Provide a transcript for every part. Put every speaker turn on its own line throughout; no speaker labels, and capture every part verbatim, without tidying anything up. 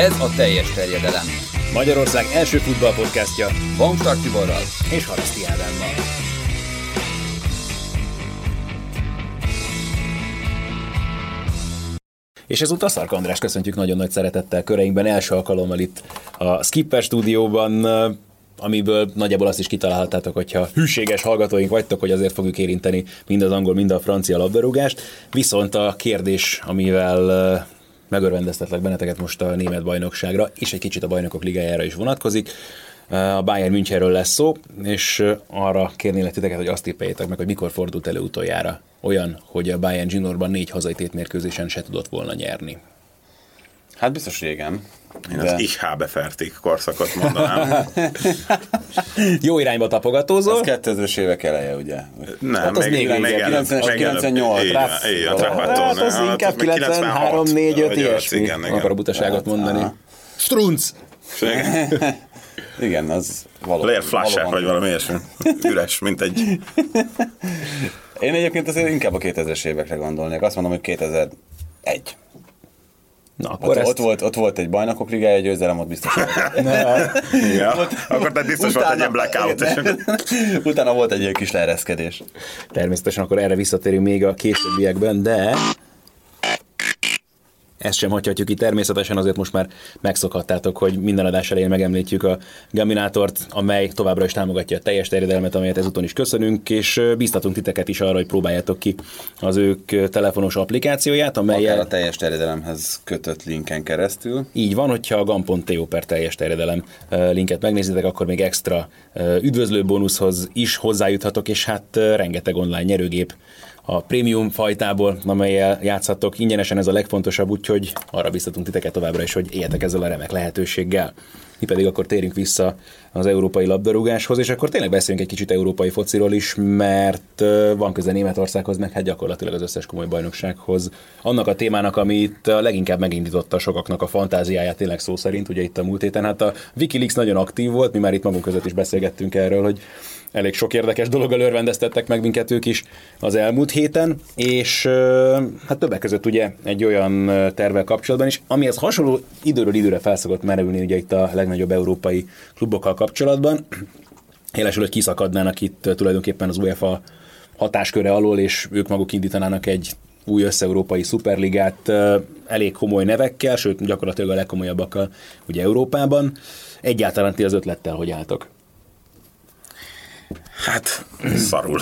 Ez a Teljes Terjedelem.
Magyarország első futballpodcastja
Baumstark Tiborral
és Haraszti Ádámmal. És ezúttal Szarka András köszöntjük nagyon nagy szeretettel köreinkben, első alkalommal itt a Skipper stúdióban, amiből nagyjából azt is kitalálhattátok, hogyha hűséges hallgatóink vagytok, hogy azért fogjuk érinteni mind az angol, mind a francia labdarúgást. Viszont a kérdés, amivel megörvendeztetlek benneteket most a német bajnokságra, és egy kicsit a bajnokok ligájára is vonatkozik. A Bayern Münchenről lesz szó, és arra kérnélek titeket, hogy azt tippeljétek meg, hogy mikor fordult elő utoljára olyan, hogy a Bayern juniorban négy hazai tétmérkőzésen se tudott volna nyerni.
Hát biztos régen.
Én de... az Ich habe fertig korszakot mondanám.
Jó irányba tapogatózol.
Az kétezres évek eleje, ugye?
Nem,
hát az még, még, még
kilencvennyolc.
Hát az inkább kilencvenhárom, négy, öt ilyesmi. Akar a butaságot mondani. Strunz!
Igen, az
valóban. Lér flasher, vagy valami ilyesmi. Üres, mint egy...
Én egyébként azért inkább a kétezres évekre gondolnék. Azt mondom, hogy kétezer-egy.
Na, akkor
ott,
ezt...
ott, volt, ott volt egy bajnokok ligája, győzelem, ott biztos.
Ja, akkor te biztos utána, volt egy ilyen blackout.
Utána volt egy ilyen kis leereszkedés.
Természetesen akkor erre visszatérünk még a későbbiekben, de ezt sem hagyhatjuk ki természetesen, azért most már megszokhattátok, hogy minden adás elején megemlítjük a Gaminátort, amely továbbra is támogatja a teljes terjedelmet, amelyet ezúton is köszönünk, és bíztatunk titeket is arra, hogy próbáljátok ki az ők telefonos applikációját, amelyel...
Akár a teljes terjedelemhez kötött linken keresztül.
Így van, hogyha a gam pont to per teljes terjedelem linket megnézitek, akkor még extra üdvözlő bónuszhoz is hozzájuthatok, és hát rengeteg online nyerőgép a prémium fajtából, amellyel játszhattok. Ingyenesen ez a legfontosabb, úgyhogy arra biztatunk titeket továbbra is, hogy éljetek ezzel a remek lehetőséggel. Mi pedig akkor térünk vissza az európai labdarúgáshoz, és akkor tényleg beszéljünk egy kicsit európai fociról is, mert van köze Németországhoz, meg hát gyakorlatilag az összes komoly bajnoksághoz. Annak a témának, amit leginkább megindította sokaknak a fantáziáját, tényleg szó szerint, ugye itt a múlt héten, hát a Wikileaks nagyon aktív volt, mi már itt magunk között is beszélgettünk erről, hogy elég sok érdekes dologgal örvendeztettek meg minket ők is az elmúlt héten, és hát többek között ugye egy olyan tervvel kapcsolatban is, amihez hasonló időről időre felszokott merülni ugye itt a legnagyobb európai klubokkal kapcsolatban. Élesül, hogy kiszakadnának itt tulajdonképpen az UEFA hatásköre alól, és ők maguk indítanának egy új össze-európai szuperligát elég komoly nevekkel, sőt gyakorlatilag a legkomolyabbakkal ugye Európában. Egyáltalán ti az ötlettel hogy álltok?
Hát, szarul.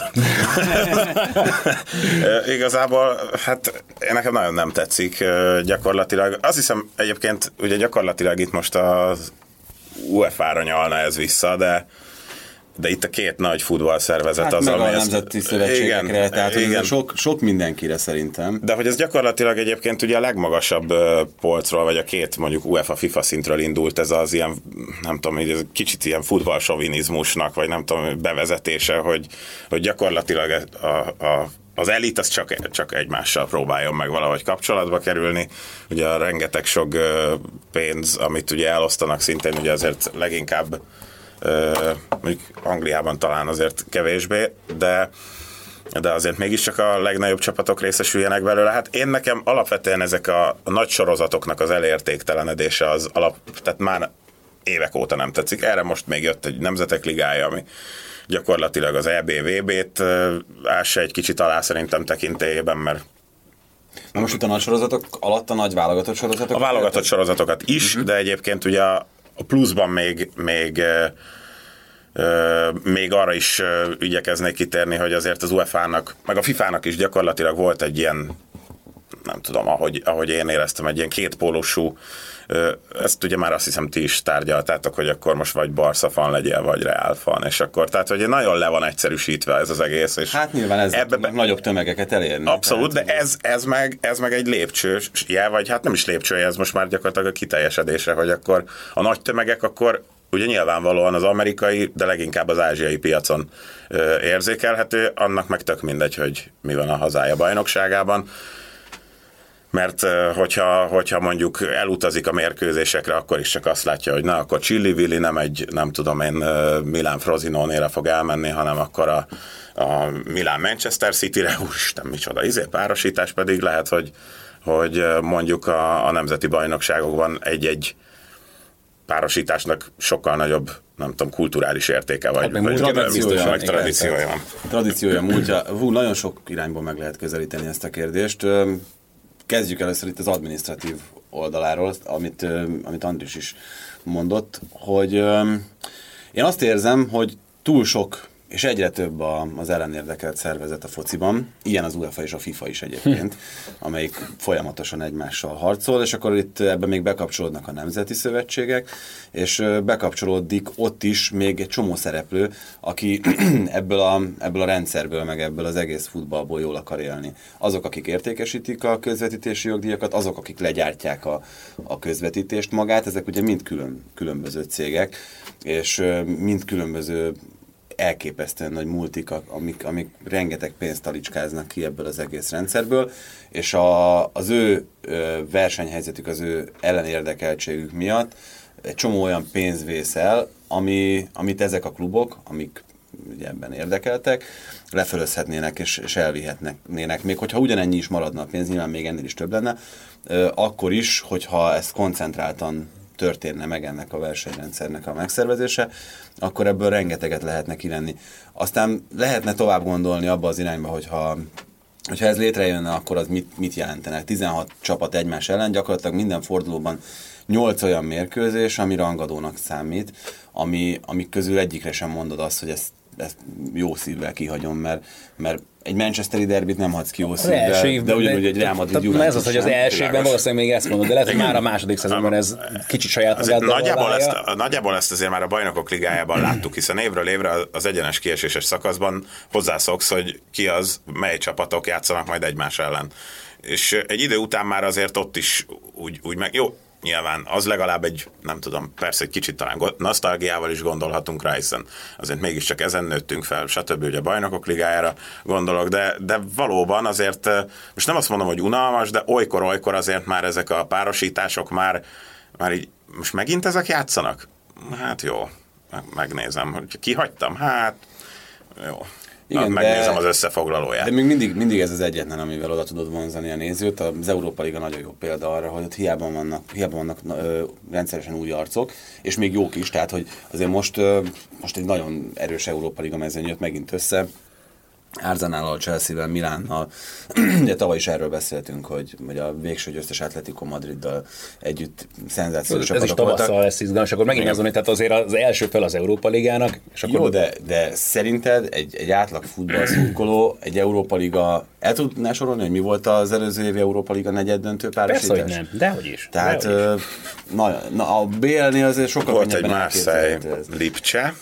Igazából, hát én nekem nagyon nem tetszik gyakorlatilag. Azt hiszem egyébként, ugye gyakorlatilag itt most az UEFA-ra nyalna ez vissza, de de itt a két nagy futballszervezet
hát
az,
meg
ami
a
ezt...
nemzeti szövetségekre,
igen,
tehát
igen.
Sok, sok mindenkire szerintem.
De hogy ez gyakorlatilag egyébként ugye a legmagasabb polcról, vagy a két mondjuk UEFA FIFA szintről indult ez az ilyen, nem tudom, ez kicsit ilyen futballsovinizmusnak, vagy nem tudom, bevezetése, hogy, hogy gyakorlatilag a, a az elit az csak, csak egymással próbáljon meg valahogy kapcsolatba kerülni. Ugye a rengeteg sok pénz, amit ugye elosztanak szintén, ugye azért leginkább mondjuk Angliában talán azért kevésbé, de, de azért mégiscsak a legnagyobb csapatok részesüljenek belőle. Hát én nekem alapvetően ezek a, a nagy sorozatoknak az elértéktelenedése az alap, tehát már évek óta nem tetszik. Erre most még jött egy nemzetek ligája, ami gyakorlatilag az é bé vé bé-t ássa egy kicsit alá szerintem tekintélyében, mert
Na most itt a nagy sorozatok alatt a nagy válogatott sorozatok?
A válogatott sorozatokat is, uh-huh. de egyébként ugye a pluszban még, még, még arra is igyekeznék kitérni, hogy azért az UEFA-nak, meg a FIFA-nak is gyakorlatilag volt egy ilyen, nem tudom, ahogy, ahogy én éreztem, egy ilyen kétpólusú, ezt ugye már azt hiszem ti is tárgyaltátok, hogy akkor most vagy Barca fan legyél, vagy Real fan, és akkor, tehát hogy nagyon le van egyszerűsítve ez az egész. És
hát nyilván ez ebbe be... nagyobb tömegeket elérni.
Abszolút,
tehát,
de ez, ez, meg, ez meg egy lépcsője, vagy hát nem is lépcsője, ez most már gyakorlatilag a kiteljesedésre, hogy akkor a nagy tömegek akkor ugye nyilvánvalóan az amerikai, de leginkább az ázsiai piacon ö, érzékelhető, annak meg tök mindegy, hogy mi van a hazája bajnokságában. Mert hogyha, hogyha mondjuk elutazik a mérkőzésekre, akkor is csak azt látja, hogy na, akkor Chilli-Willi nem egy, nem tudom én, Milán Frosinone-re fog elmenni, hanem akkor a, a Milán Manchester City-re, úristen, micsoda izé, párosítás pedig lehet, hogy, hogy mondjuk a, a nemzeti bajnokságokban egy-egy párosításnak sokkal nagyobb, nem tudom, kulturális értéke, vagy,
meg
vagy
tradíciója,
vagy tradíciója van.
Tradíciója, múltja. Hú, nagyon sok irányból meg lehet közelíteni ezt a kérdést. Kezdjük először itt az adminisztratív oldaláról, amit, amit Andris is mondott, hogy én azt érzem, hogy túl sok és egyre több a, az ellenérdekelt szervezet a fociban, ilyen az UEFA és a FIFA is egyébként, amelyik folyamatosan egymással harcol, és akkor itt ebben még bekapcsolódnak a nemzeti szövetségek, és bekapcsolódik ott is még egy csomó szereplő, aki ebből a, ebből a rendszerből, meg ebből az egész futballból jól akar élni. Azok, akik értékesítik a közvetítési jogdíjakat, azok, akik legyártják a, a közvetítést magát, ezek ugye mind külön, különböző cégek, és mind különböző elképesztően nagy multik, amik, amik rengeteg pénzt talicskáznak ki ebből az egész rendszerből, és a, az ő ö, versenyhelyzetük, az ő ellenérdekeltségük miatt egy csomó olyan pénz vész el, ami, amit ezek a klubok, amik ugye ebben érdekeltek, lefölözhetnének és, és elvihetnének. Még hogyha ugyanennyi is maradna a pénz, nyilván még ennél is több lenne, ö, akkor is, hogyha ez koncentráltan történne meg ennek a versenyrendszernek a megszervezése, akkor ebből rengeteget lehetne kivenni. Aztán lehetne tovább gondolni abba az irányba, hogyha, hogyha ez létrejönne, akkor az mit, mit jelentene? tizenhat csapat egymás ellen, gyakorlatilag minden fordulóban nyolc olyan mérkőzés, ami rangadónak számít, ami, amik közül egyikre sem mondod azt, hogy ezt, ezt jó szívvel kihagyom, mert, mert egy manchesteri derbit nem hadsz ki jó szívvel, de ugyanúgy egy Real Madrid Juventus.
Ez az, hogy az első évben valószínűleg még ezt mondod, de lehet, hogy már a második szezonban ez kicsit saját magát
nagyjából ezt, nagyjából ezt azért már a Bajnokok Ligájában láttuk, hiszen évről évre az egyenes kieséses szakaszban hozzászoksz, hogy ki az, mely csapatok játszanak majd egymás ellen. És egy idő után már azért ott is úgy, úgy meg... Jó, nyilván az legalább egy, nem tudom, persze egy kicsit talán nosztalgiával is gondolhatunk rá, hiszen azért mégiscsak ezen nőttünk fel, stb. Ugye a Bajnokok Ligájára gondolok, de, de valóban azért, most nem azt mondom, hogy unalmas, de olykor-olykor azért már ezek a párosítások már, már így, most megint ezek játszanak? Hát jó, megnézem, hogy kihagytam, hát jó. Igen, Na, megnézem de, az összefoglalóját.
De még mindig, mindig ez az egyetlen, amivel oda tudod vonzani a nézőt. Az Európa Liga nagyon jó példa arra, hogy ott hiába vannak, hiába vannak ö, rendszeresen új arcok, és még jók is, tehát hogy azért most, ö, most egy nagyon erős Európa Liga mezőny jött megint össze, Arsenállal, Chelsea-vel, Milánnal. Ugye tavaly is erről beszéltünk, hogy, hogy a végső győztes Atletico Madriddal együtt szenzációs
csapatok voltak. Ez is tavasszal lesz izgalmas, akkor megint azon, hogy tehát azért az első fel az Európa Ligának. És akkor...
Jó, de, de szerinted egy, egy átlag futballszurkoló, egy Európa Liga, el tudnál sorolni, hogy mi volt az előző évi Európa Liga negyeddöntő párosítás?
Persze, hogy nem, dehogy is.
Tehát dehogy is. Na, na, a bé el-nél azért sokkal
volt egy Marseille Lipcse.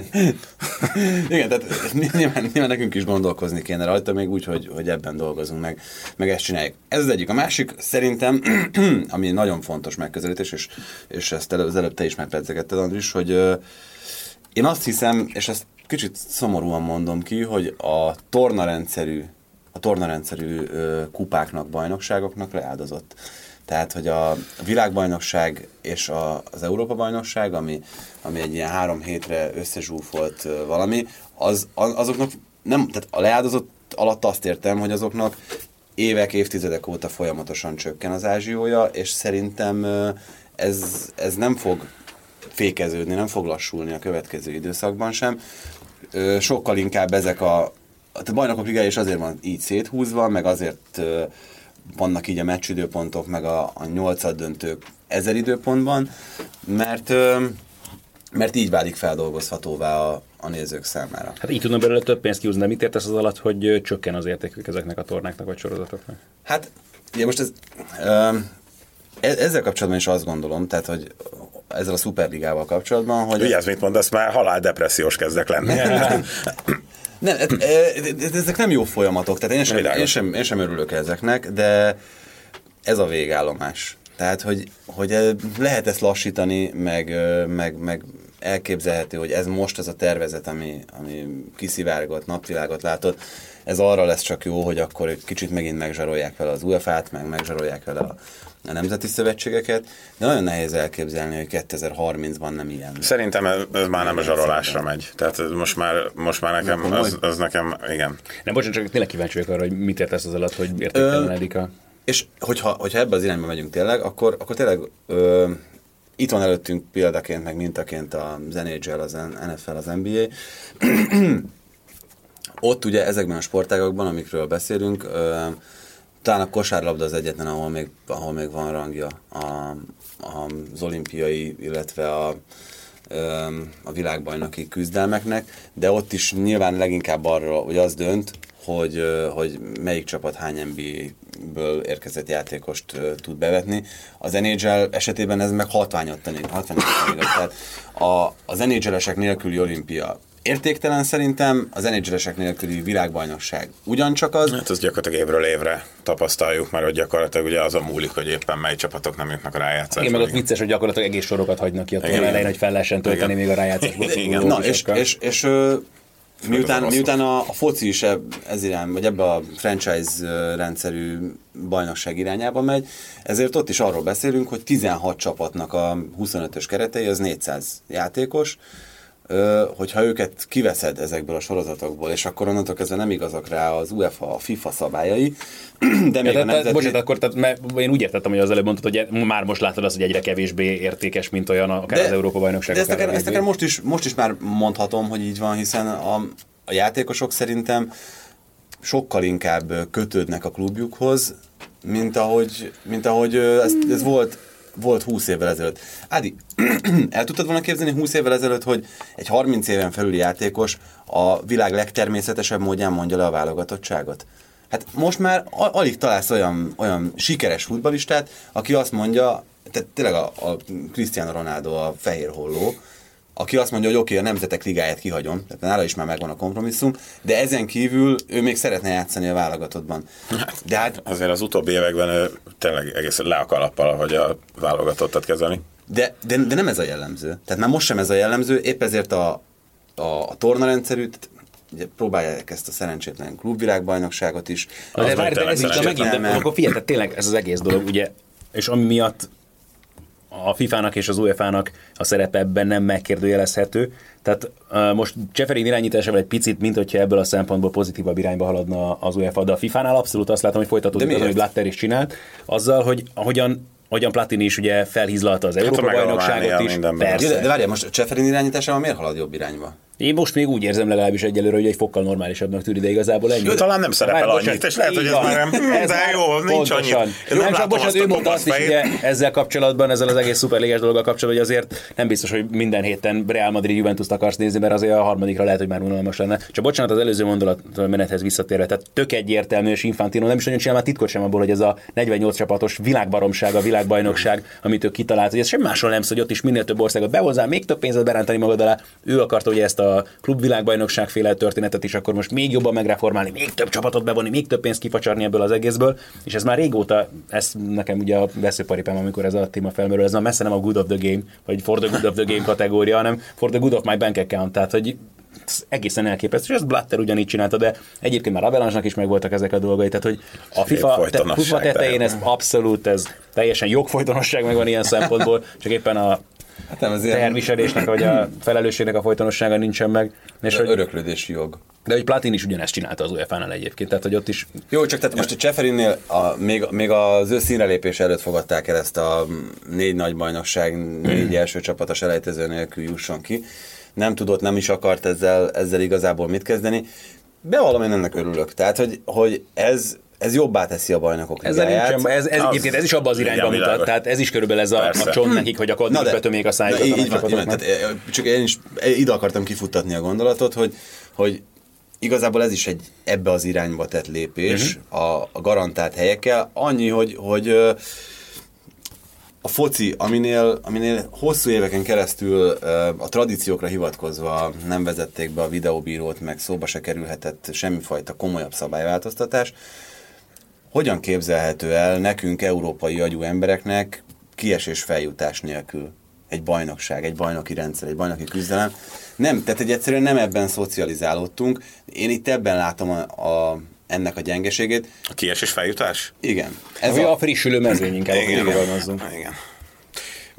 Igen, tehát nyilván, nyilván nekünk is gondolkozni kéne rajta, még úgy, hogy, hogy ebben dolgozunk meg, meg ezt csináljuk. Ez az egyik. A másik szerintem, ami nagyon fontos megközelítés, és, és ezt az előbb te is megpedzegetted, Andris, hogy uh, én azt hiszem, és ezt kicsit szomorúan mondom ki, hogy a tornarendszerű, a tornarendszerű uh, kupáknak, bajnokságoknak leáldozott. Tehát, hogy a világbajnokság és a, az Európa-bajnokság, ami, ami egy ilyen három hétre összezsúfolt uh, valami, az, azoknak nem, tehát a leáldozott alatt azt értem, hogy azoknak évek, évtizedek óta folyamatosan csökken az ázsiója, és szerintem ez, ez nem fog fékeződni, nem fog lassulni a következő időszakban sem. Sokkal inkább ezek a, a Bajnokok Ligája is azért van így széthúzva, meg azért vannak így a meccsidőpontok, meg a, a nyolcad döntők ezer időpontban, mert, mert így válik feldolgozhatóvá a a nézők számára.
Hát így tudnak belőle több pénzt kihúzni, de mit értesz az alatt, hogy csökken az értékük ezeknek a tornáknak vagy sorozatoknak?
Hát, ugye most ez, ezzel kapcsolatban is azt gondolom, tehát, hogy ezzel a szuperligával kapcsolatban, hogy...
Ugye ez mit mondasz, már haláldepressziós kezdek lenni.
Nem, ezek nem jó folyamatok, tehát én sem, én, sem, én sem örülök ezeknek, de ez a végállomás. Tehát, hogy, hogy lehet ezt lassítani, meg, meg, meg elképzelhető, hogy ez most az a tervezet, ami, ami kiszivárgott, napvilágot látott, ez arra lesz csak jó, hogy akkor egy kicsit megint megzsarolják vele az u ef á-t, meg megzsarolják vele a, a nemzeti szövetségeket, de nagyon nehéz elképzelni, hogy kétezer-harmincban nem ilyen.
Szerintem ez, ez már nem a zsarolásra megy. Tehát most már, most már nekem, az, az nekem, igen.
Nem, bocsánat, csak tényleg kíváncsi vagyok arra, hogy mit értesz az alatt, hogy értékelenedik a...
És hogyha, hogyha ebbe az irányba megyünk tényleg, akkor, akkor tényleg... Ö, itt van előttünk példaként, meg mintaként az en há el, az en ef el, az en bé á. Ott ugye ezekben a sportágokban, amikről beszélünk, talán a kosárlabda az egyetlen, ahol még, ahol még van rangja a, az olimpiai, illetve a, a világbajnoki küzdelmeknek, de ott is nyilván leginkább arra, hogy az dönt, hogy, hogy melyik csapat hány en bé á-ből érkezett játékost tud bevetni. Az en há el esetében ez meg hatványodtanik. hatványodtanik. Tehát a, az en há el-esek nélküli olimpia értéktelen szerintem, az en há el-esek nélküli világbajnokság ugyancsak az.
Hát azt gyakorlatilag évről évre tapasztaljuk, mert hogy gyakorlatilag ugye az a múlik, hogy éppen mely csapatok nem jutnak a rájátszásba.
Igen, meg ott vicces, hogy gyakorlatilag egész sorokat hagynak ki a torna elején, hogy fel lehessen tölteni még a rájátszásból.
Igen.
Na, és, és, és miután, miután a, a foci is ez irány, vagy ebbe a franchise rendszerű bajnokság irányába megy, ezért ott is arról beszélünk, hogy tizenhat csapatnak a huszonötös keretei, az négyszáz játékos, hogyha őket kiveszed ezekből a sorozatokból, és akkor onnantól kezdve nem igazak rá az UEFA, a FIFA szabályai, de még ja, a nemzeti... Bocsánat,
akkor tehát, mert én úgy értettem, hogy az előbb mondtad, hogy már most látod azt, hogy egyre kevésbé értékes, mint olyan akár de, az Európa-bajnokság.
De ezt akár, ezt akár most, is, most is már mondhatom, hogy így van, hiszen a, a játékosok szerintem sokkal inkább kötődnek a klubjukhoz, mint ahogy, mint ahogy ez, ez volt volt húsz évvel ezelőtt. Ádi, el tudtad volna képzelni húsz évvel ezelőtt, hogy egy harminc éven felüli játékos a világ legtermészetesebb módján mondja le a válogatottságot? Hát most már alig találsz olyan, olyan sikeres futballistát, aki azt mondja, tehát tényleg a, a Cristiano Ronaldo a fehér holló, aki azt mondja, hogy oké, okay, a Nemzetek Ligáját kihagyom, tehát nála is már megvan a kompromisszum, de ezen kívül ő még szeretne játszani a válogatottban.
De hát azért az utóbbi években ő tényleg egész le a kalappal, hogy a válogatottat kezelni.
De, de, de nem ez a jellemző. Tehát már most sem ez a jellemző, épp ezért a, a, a tornarendszerű, ugye próbálják ezt a szerencsétlen klubvilágbajnokságot is.
Az de várj, de ez is megint, de akkor figyelj, tehát tényleg ez az egész dolog, ugye, és ami miatt a fifának és az UEFA-nak a szerepe ebben nem megkérdőjelezhető. Tehát uh, most Ceferin irányításával egy picit, mint hogyha ebből a szempontból pozitívabb irányba haladna az UEFA, de a fifánál abszolút azt látom, hogy folytatódik az, amit Blatter is csinált, azzal, hogy ahogyan Ahogyan Platini is ugye felhízlalta az Európa-bajnokságot is. Persze.
De, de várjál, most Ceferin irányításával miért halad jobb irányba?
Én most még úgy érzem legalábbis egyelőre, hogy egy fokkal normálisabbnak tűri, de igazából ennyi.
Ő talán nem szerepel annyit, bocsánat, és lehet, hogy ez már nem,
ez
de jó, nincs annyi.
Nem csak bocsánat, ő mondta azt is, ugye, ezzel kapcsolatban, ezzel az egész szuperligás dologgal kapcsolatban, hogy azért nem biztos, hogy minden héten Real Madrid Juventust akarsz nézni, mert azért a harmadikra lehet, hogy már unalmas lenne. Csak bocsánat, az előző mondatmenethez visszatérve, tehát tök egyértelmű, és Infantino nem is nagyon csinál már titkot sem abból, hogy ez a negyvennyolc csapatos világbaromság, a világbajnokság, amit ő kitalált, hogy ez semmi másról nem szól, hogy ott is minél több országot behozzál, még több pénzet berántani magad alá. Ő akarta ugye ezt a klubvilágbajnokságféle történetet is akkor most még jobban megreformálni, még több csapatot bevonni, még több pénzt kifacsarni ebből az egészből, és ez már régóta, ez nekem ugye a veszőparipám, amikor ez a téma felmerül, ez a messze nem a good of the game, vagy for the good of the game kategória, hanem for the good of my bank account, tehát hogy egészen elképesztő, és ezt Blatter ugyanígy csinálta, de egyébként már Avalanche-nak is megvoltak ezek a dolgai, tehát hogy a FIFA, te, FIFA tetején ez abszolút, ez teljesen jogfolytonosság megvan ilyen szempontból, csak éppen a hát nem, az teherviselésnek, vagy a felelősségnek a folytonossága nincsen meg.
És hogy, öröklődési jog.
De hogy Platini is ugyanezt csinálta az UEFA-nál egyébként, tehát hogy ott is...
Jó, csak tehát most a Ceferinnél a, még, még az ő színrelépés előtt fogadták el ezt a négy nagy bajnokság, négy első csapatos elejtező nélkül jusson ki. Nem tudott, nem is akart ezzel, ezzel igazából mit kezdeni. Bevallom, én ennek örülök. Tehát, hogy, hogy ez... Ez jobbá teszi a bajnokok ligáját.
Ez, ez, ez, az, ez is abban az irányba mutat, tehát ez is körülbelül ez a, a csont nekik, hogy akkor addig betömjék a szájukat.
Így van, így van. Tehát, csak én is ide akartam kifuttatni a gondolatot, hogy, hogy igazából ez is egy ebbe az irányba tett lépés uh-huh. a, a garantált helyekkel. Annyi, hogy, hogy a foci, aminél, aminél hosszú éveken keresztül a tradíciókra hivatkozva nem vezették be a videóbírót, meg szóba se kerülhetett semmifajta komolyabb szabályváltoztatás, hogyan képzelhető el nekünk, európai agyú embereknek kiesés feljutás nélkül egy bajnokság, egy bajnoki rendszer, egy bajnoki küzdelem? Nem, tehát egy egyszerűen nem ebben szocializálódtunk. Én itt ebben látom a, a, ennek a gyengeségét.
A kiesés feljutás?
Igen.
Ez a, a frissülő mezőny inkább,
igen,
fogalmazzunk.
Igen.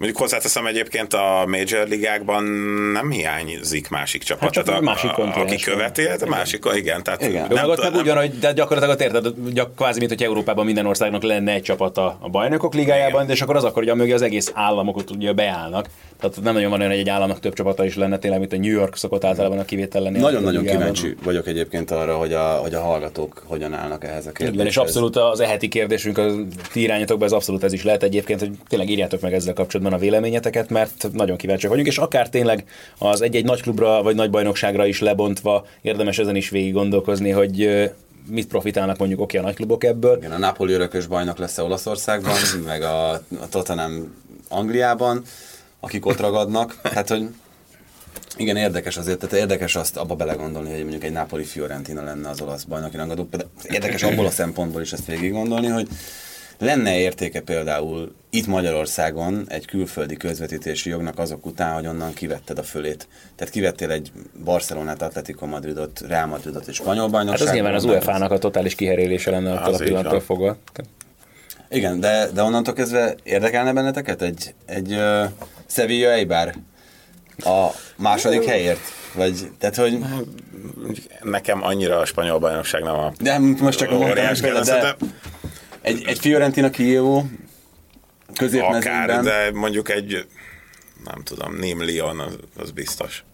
Mondjuk hozzáteszem egyébként a Major ligákban nem hiányzik másik csapat.
Hát
tehát a,
másik
a, aki követi, a másik, igen. Tehát
igen.
Nem, meg meg ugyan, hogy de gyakorlatilag érted, gyak, kvázi, mint hogy Európában minden országnak lenne egy csapata a bajnokok ligájában, és akkor az akkor, hogy a mögé az egész államokat ugye beállnak. Tehát nem nagyon van olyan, hogy egy államnak több csapata is lenne, tényleg, mint a New York szokott általában a kivétel lenni.
Nagyon-nagyon kíváncsi vagyok egyébként arra, hogy a, hogy a hallgatók hogyan állnak ehhez a kérdéshez.
Igen, és abszolút az eheti kérdésünk, a ti irányatokban ez abszolút ez is lehet egyébként, hogy tényleg írjátok meg ezzel kapcsolatban a véleményeteket, mert nagyon kíváncsiak vagyunk, és akár tényleg az egy-egy nagy klubra vagy nagy bajnokságra is lebontva érdemes ezen is végig gondolkozni, hogy mit profitálnak mondjuk oké a nagyklubok ebből.
Igen, a Napoli örökös bajnok lesz Olaszországban, meg a, a Tottenham Angliában, akik ott ragadnak. Hát, hogy igen, érdekes azért, tehát érdekes azt abba belegondolni, hogy mondjuk egy Napoli Fiorentina lenne az olasz bajnoki rangadó. Érdekes abból a szempontból is ezt végig gondolni, hogy lenne értéke például itt Magyarországon egy külföldi közvetítési jognak azok után, hogy onnan kivetted a fölét. Tehát kivettél egy Barcelonát, Atletico Madridot, Real Madridot és spanyol bajnokságot.
Hát az nyilván az u ef á-nak a totális kiherélése lenne attól a pillanattól fogva.
Igen, de, de onnantól kezdve érdekelne benneteket egy, egy uh, Sevilla Eibar a második helyért? Vagy, tehát, hogy...
Nekem annyira a spanyol bajnokság nem a...
De most csak mondtam például, de egy, egy Fiorentina Chievo középmezőnyben...
Akár, de mondjuk egy, nem tudom, Nîmes Lyon, az, az biztos.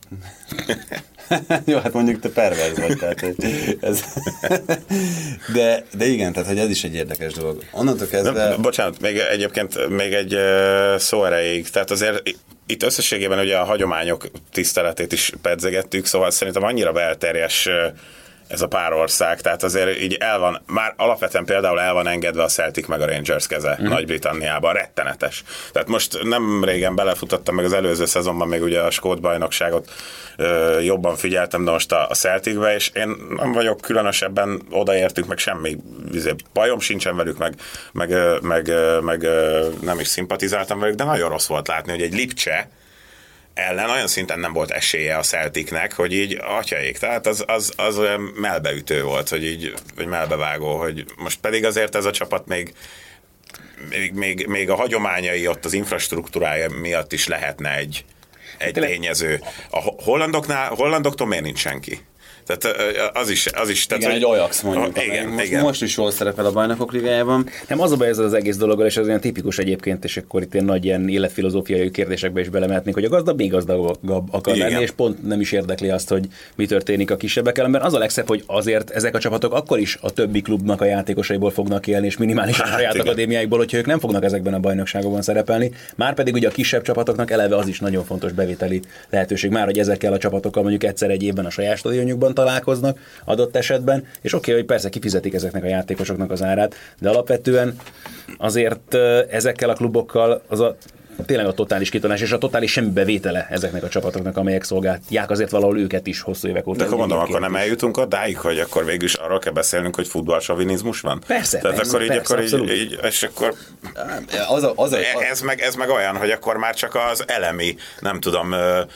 Jó, hát mondjuk te perverz vagy, tehát ez... de, de igen, tehát hogy ez is egy érdekes dolog. Onnantól kezdve...
De, bocsánat, még egyébként még egy szó erejéig, tehát azért itt összességében ugye a hagyományok tiszteletét is pedzegettük, szóval szerintem annyira belterjes ez a pár ország, tehát azért így el van, már alapvetően például el van engedve a Celtic meg a Rangers keze mm. Nagy-Britanniában, rettenetes. Tehát most nem régen belefutottam meg az előző szezonban, még ugye a skót bajnokságot ö, jobban figyeltem, de most a, a Celticbe, és én nem vagyok különösebben odaértünk, meg semmi bajom sincsen velük, meg, meg, meg, meg, meg nem is szimpatizáltam velük, de nagyon rossz volt látni, hogy egy Lipcse ellen olyan szinten nem volt esélye a Celticnek, hogy így atyaik, tehát az, az, az olyan melbeütő volt, hogy így, vagy melbevágó, hogy most pedig azért ez a csapat még, még, még, még a hagyományai ott az infrastruktúrája miatt is lehetne egy, egy tényező. A hollandoknál, hollandoktól miért nincs senki? Tehát az is, az is tehát,
igen, hogy, egy Ajax mondjuk.
Oh, igen,
most,
igen.
most is jól szerepel a bajnokok ligájában.
Nem, az a baj ez az egész dologgal, és az olyan tipikus egyébként, és akkor itt ilyen nagy ilyen életfilozófiai kérdésekbe is belemehetnénk, hogy a gazdag még gazdagabb akar igen. lenni, és pont nem is érdekli azt, hogy mi történik a kisebbek ellen, mert az a legszebb, hogy azért ezek a csapatok akkor is a többi klubnak a játékosaiból fognak élni, és minimálisan a saját akadémiáikból, hogyha ők nem fognak ezekben a bajnokságokban szerepelni. Márpedig ugye a kisebb csapatoknak eleve az is nagyon fontos bevételi lehetőség, már hogy ezekkel a csapatokkal mondjuk egyszer egy évben a saját stadionjukban találkoznak adott esetben, és oké, okay, hogy persze kifizetik ezeknek a játékosoknak az árát, de alapvetően azért ezekkel a klubokkal az a tényleg a totális kitanás és a totális semmi bevétele ezeknek a csapatoknak, amelyek szolgálják azért valahol őket is hosszú évek óta.
De akkor mondom, akkor nem eljutunk odáig, hogy akkor végül is arról kell beszélnünk, hogy futballsovinizmus van?
Persze,
Tehát
persze,
akkor így,
persze,
akkor így, így, és akkor
az a, az a,
ez, meg, ez meg olyan, hogy akkor már csak az elemi, nem tudom,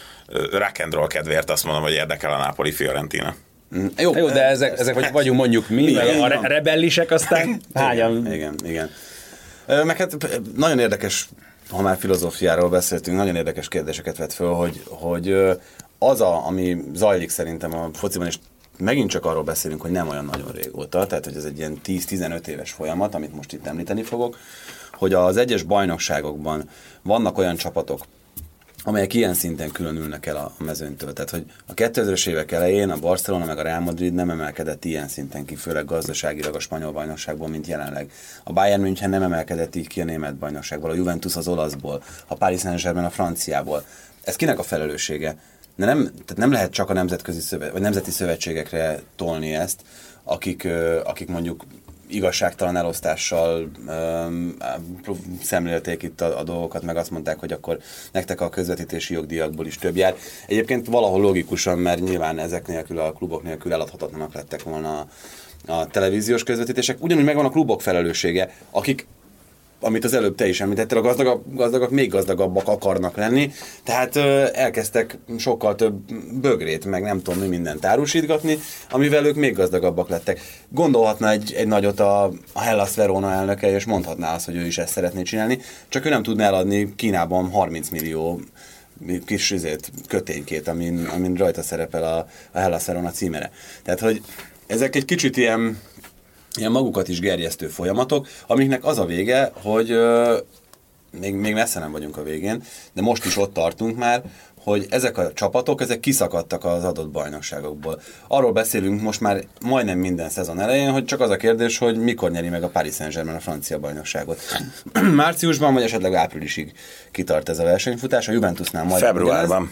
rock and roll kedvéért azt mondom, hogy érdekel a Napoli Fiorentina.
Jó, Jó, de ezek, ezek vagy vagyunk mondjuk mi, mi a re- rebellisek aztán hányan.
Igen, igen. igen. Meg hát nagyon érdekes, ha már filozófiáról beszéltünk, nagyon érdekes kérdéseket vett föl, hogy, hogy az, a, ami zajlik szerintem a fociban, és megint csak arról beszélünk, hogy nem olyan nagyon régóta, tehát hogy ez egy ilyen tíz-tizenöt éves folyamat, amit most itt említeni fogok, hogy az egyes bajnokságokban vannak olyan csapatok, amelyek ilyen szinten különülnek el a mezőnytől. Tehát, hogy a kétezres évek elején a Barcelona meg a Real Madrid nem emelkedett ilyen szinten ki, főleg gazdaságilag a spanyol bajnokságból, mint jelenleg. A Bayern München nem emelkedett így ki a német bajnokságból, a Juventus az olaszból, a Paris Saint-Germain a franciából. Ez kinek a felelőssége? De nem, tehát nem lehet csak a nemzetközi szövet, vagy nemzeti szövetségekre tolni ezt, akik, akik mondjuk igazságtalan elosztással um, szemlélték itt a, a dolgokat, meg azt mondták, hogy akkor nektek a közvetítési jogdíjakból is több jár. Egyébként valahol logikusan, mert nyilván ezek nélkül, a klubok nélkül eladhatatlanak lettek volna a, a televíziós közvetítések. Ugyanúgy megvan a klubok felelőssége, akik amit az előbb te is említettél, a gazdagok, gazdagok még gazdagabbak akarnak lenni, tehát ö, elkezdtek sokkal több bögrét, meg nem tudom mi mindent árusítgatni, amivel ők még gazdagabbak lettek. Gondolhatna egy, egy nagyot a, a Hellas Verona elnöke, és mondhatná azt, hogy ő is ezt szeretné csinálni, csak ő nem tudná eladni Kínában harminc millió kis üzét, köténykét, amin, amin rajta szerepel a, a Hellas Verona címere. Tehát, hogy ezek egy kicsit ilyen, ilyen magukat is gerjesztő folyamatok, amiknek az a vége, hogy ö, még, még messze nem vagyunk a végén, de most is ott tartunk már, hogy ezek a csapatok, ezek kiszakadtak az adott bajnokságokból. Arról beszélünk most már majdnem minden szezon elején, hogy csak az a kérdés, hogy mikor nyeri meg a Paris Saint-Germain a francia bajnokságot. Márciusban, vagy esetleg áprilisig kitart ez a versenyfutás, a Juventusnál majdnem
februárban.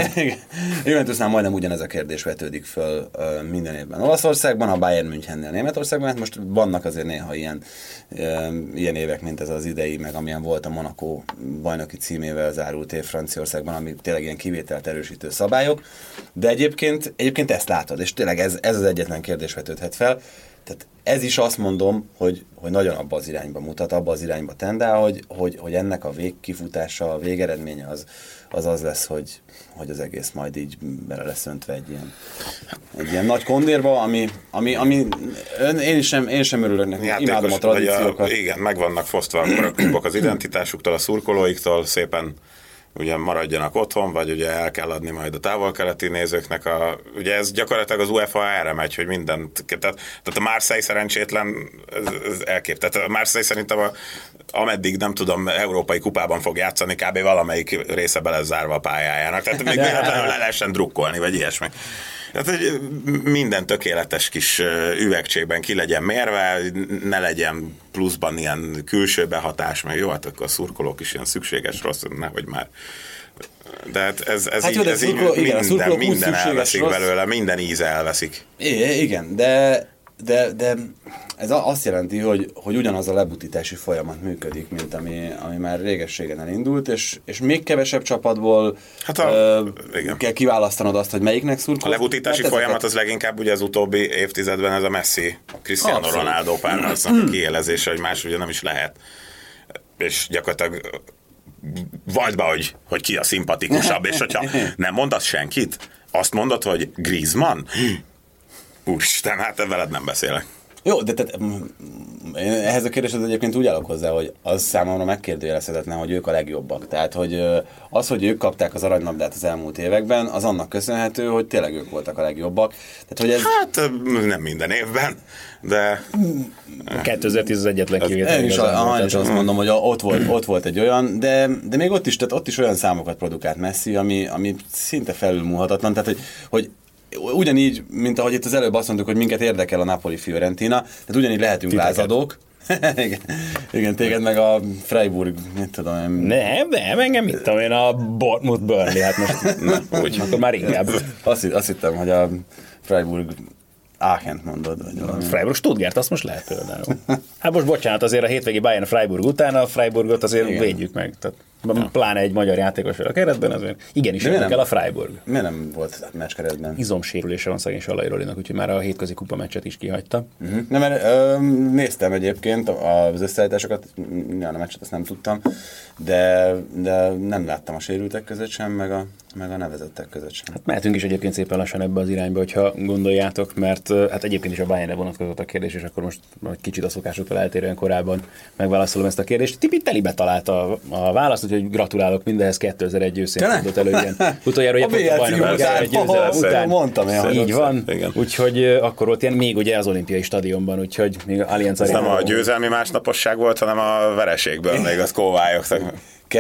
Juventusnál majdnem ugyanez a kérdés vetődik föl uh, minden évben Olaszországban, a Bayern Münchennél Németországban, hát most vannak azért néha ilyen, uh, ilyen évek, mint ez az idei, meg amilyen volt a Monaco bajnoki címével zárult év Franciaországban, ami tényleg ilyen kivételt erősítő szabályok, de egyébként, egyébként ezt látod, és tényleg ez, ez az egyetlen kérdés vetődhet fel. Tehát ez is azt mondom, hogy, hogy nagyon abba az irányba mutat, abba az irányba tendál, hogy, hogy, hogy ennek a végkifutása, a végeredménye az az, az lesz, hogy, hogy az egész majd így bele lesz öntve egy ilyen, egy ilyen nagy kondérba, ami, ami, ami én sem, én sem örülök neki,
Játékos,
imádom a tradíciókat.
A, igen, meg vannak fosztva akkor a klubok az identitásuktól, a szurkolóiktól, szépen ugye maradjanak otthon, vagy ugye el kell adni majd a távol-keleti nézőknek a... Ugye ez gyakorlatilag az UEFA erre megy, hogy mindent... Tehát, tehát a Marseille szerencsétlen, ez, ez elkép. Tehát a Marseille szerintem a, ameddig nem tudom, európai kupában fog játszani, kb. Valamelyik része be lesz zárva a pályájának. Tehát még véletlenül le lehessen drukkolni, vagy ilyesmi. Tehát, hogy minden tökéletes kis üvegcségben ki legyen mérve, ne legyen pluszban ilyen külső behatás, meg jó, hát akkor a szurkolók is ilyen szükséges rossz, nehogy már. De hát ez, ez
hát
így,
jó, de
ez
szurkoló,
így
igen,
minden, minden
szükséges
elveszik
rossz.
belőle, minden íze elveszik.
I- igen, de, de, de ez azt jelenti, hogy, hogy ugyanaz a lebutítási folyamat működik, mint ami, ami már réges-régen elindult, és, és még kevesebb csapatból
Hát a,
uh, kell kiválasztanod azt, hogy melyiknek szurkolsz.
A lebutítási
hát
folyamat
ezeket...
az leginkább ugye az utóbbi évtizedben ez a Messi, Cristiano
Abszolút.
Ronaldo párharcnak a kiélezése, hogy más ugye nem is lehet. És gyakorlatilag vald be, hogy, hogy ki a szimpatikusabb, és hogyha nem mondasz senkit, azt mondod, hogy Griezmann? Úristen, hát veled nem beszélek.
Jó, de tehát, én ehhez a kérdéshez egyébként úgy állok hozzá, hogy az számomra megkérdőjelezhetetlen, hogy ők a legjobbak. Tehát, hogy az, hogy ők kapták az aranylabdát az elmúlt években, az annak köszönhető, hogy tényleg ők voltak a legjobbak. Tehát, hogy ez...
Hát nem minden évben, de...
kétezer-tíz az egyetlen kivétel.
Én is, a, is azt mondom, hogy ott volt, ott volt egy olyan, de, de még ott is, tehát ott is olyan számokat produkált Messi, ami, ami szinte felülmúlhatatlan. Tehát, hogy, hogy ugyanígy, mint ahogy itt az előbb azt mondtuk, hogy minket érdekel a Napoli-Fiorentina, tehát ugyanígy lehetünk Titeket. lázadók. igen, igen, téged meg a Freiburg, mit tudom én.
Nem, nem, engem mit tudom én, a Bournemouth Burnley, hát most na, úgy, akkor már inkább.
Azt, azt hittem, hogy a Freiburg Aachent mondod. Vagy
Freiburg Stuttgart, azt most lehet például. Hát most bocsánat, azért a hétvégi Bayern Freiburg után a Freiburgot azért igen. védjük meg. Tehát ja. Pláne egy magyar játékos a keretben, azért igenis érdekel a Freiburg.
Miért nem volt meccs keretben?
Izomsérülése van szegény Salai Rolinak, úgyhogy már a hétközi kupa meccset is kihagyta.
Uh-huh. Nem, mert ö, néztem egyébként az összeállításokat, ja, a meccset azt nem tudtam, de, de nem láttam a sérültek között sem, meg a, meg a nevezettek között sem.
Hát mehetünk is egyébként szépen lassan ebbe az irányba, hogyha gondoljátok, mert hát egyébként is a Bayernre vonatkozott a kérdés, és akkor most egy kicsit a szokásoktól eltérően korábban megválaszolom ezt a kérdést. Tipi telibe találta a, a választ, úgyhogy gratulálok mindehez, kétezer-egy őszén fordult elő ilyen. Utoljára ugye a bajnok egy győzelem után.
Mondtam én,
így van, úgyhogy akkor volt ilyen, még ugye az olimpiai stadionban, úgyhogy még Allianz
Arena. Nem a győzelmi másnaposság volt, hanem a vereségből még az kóvályogtak.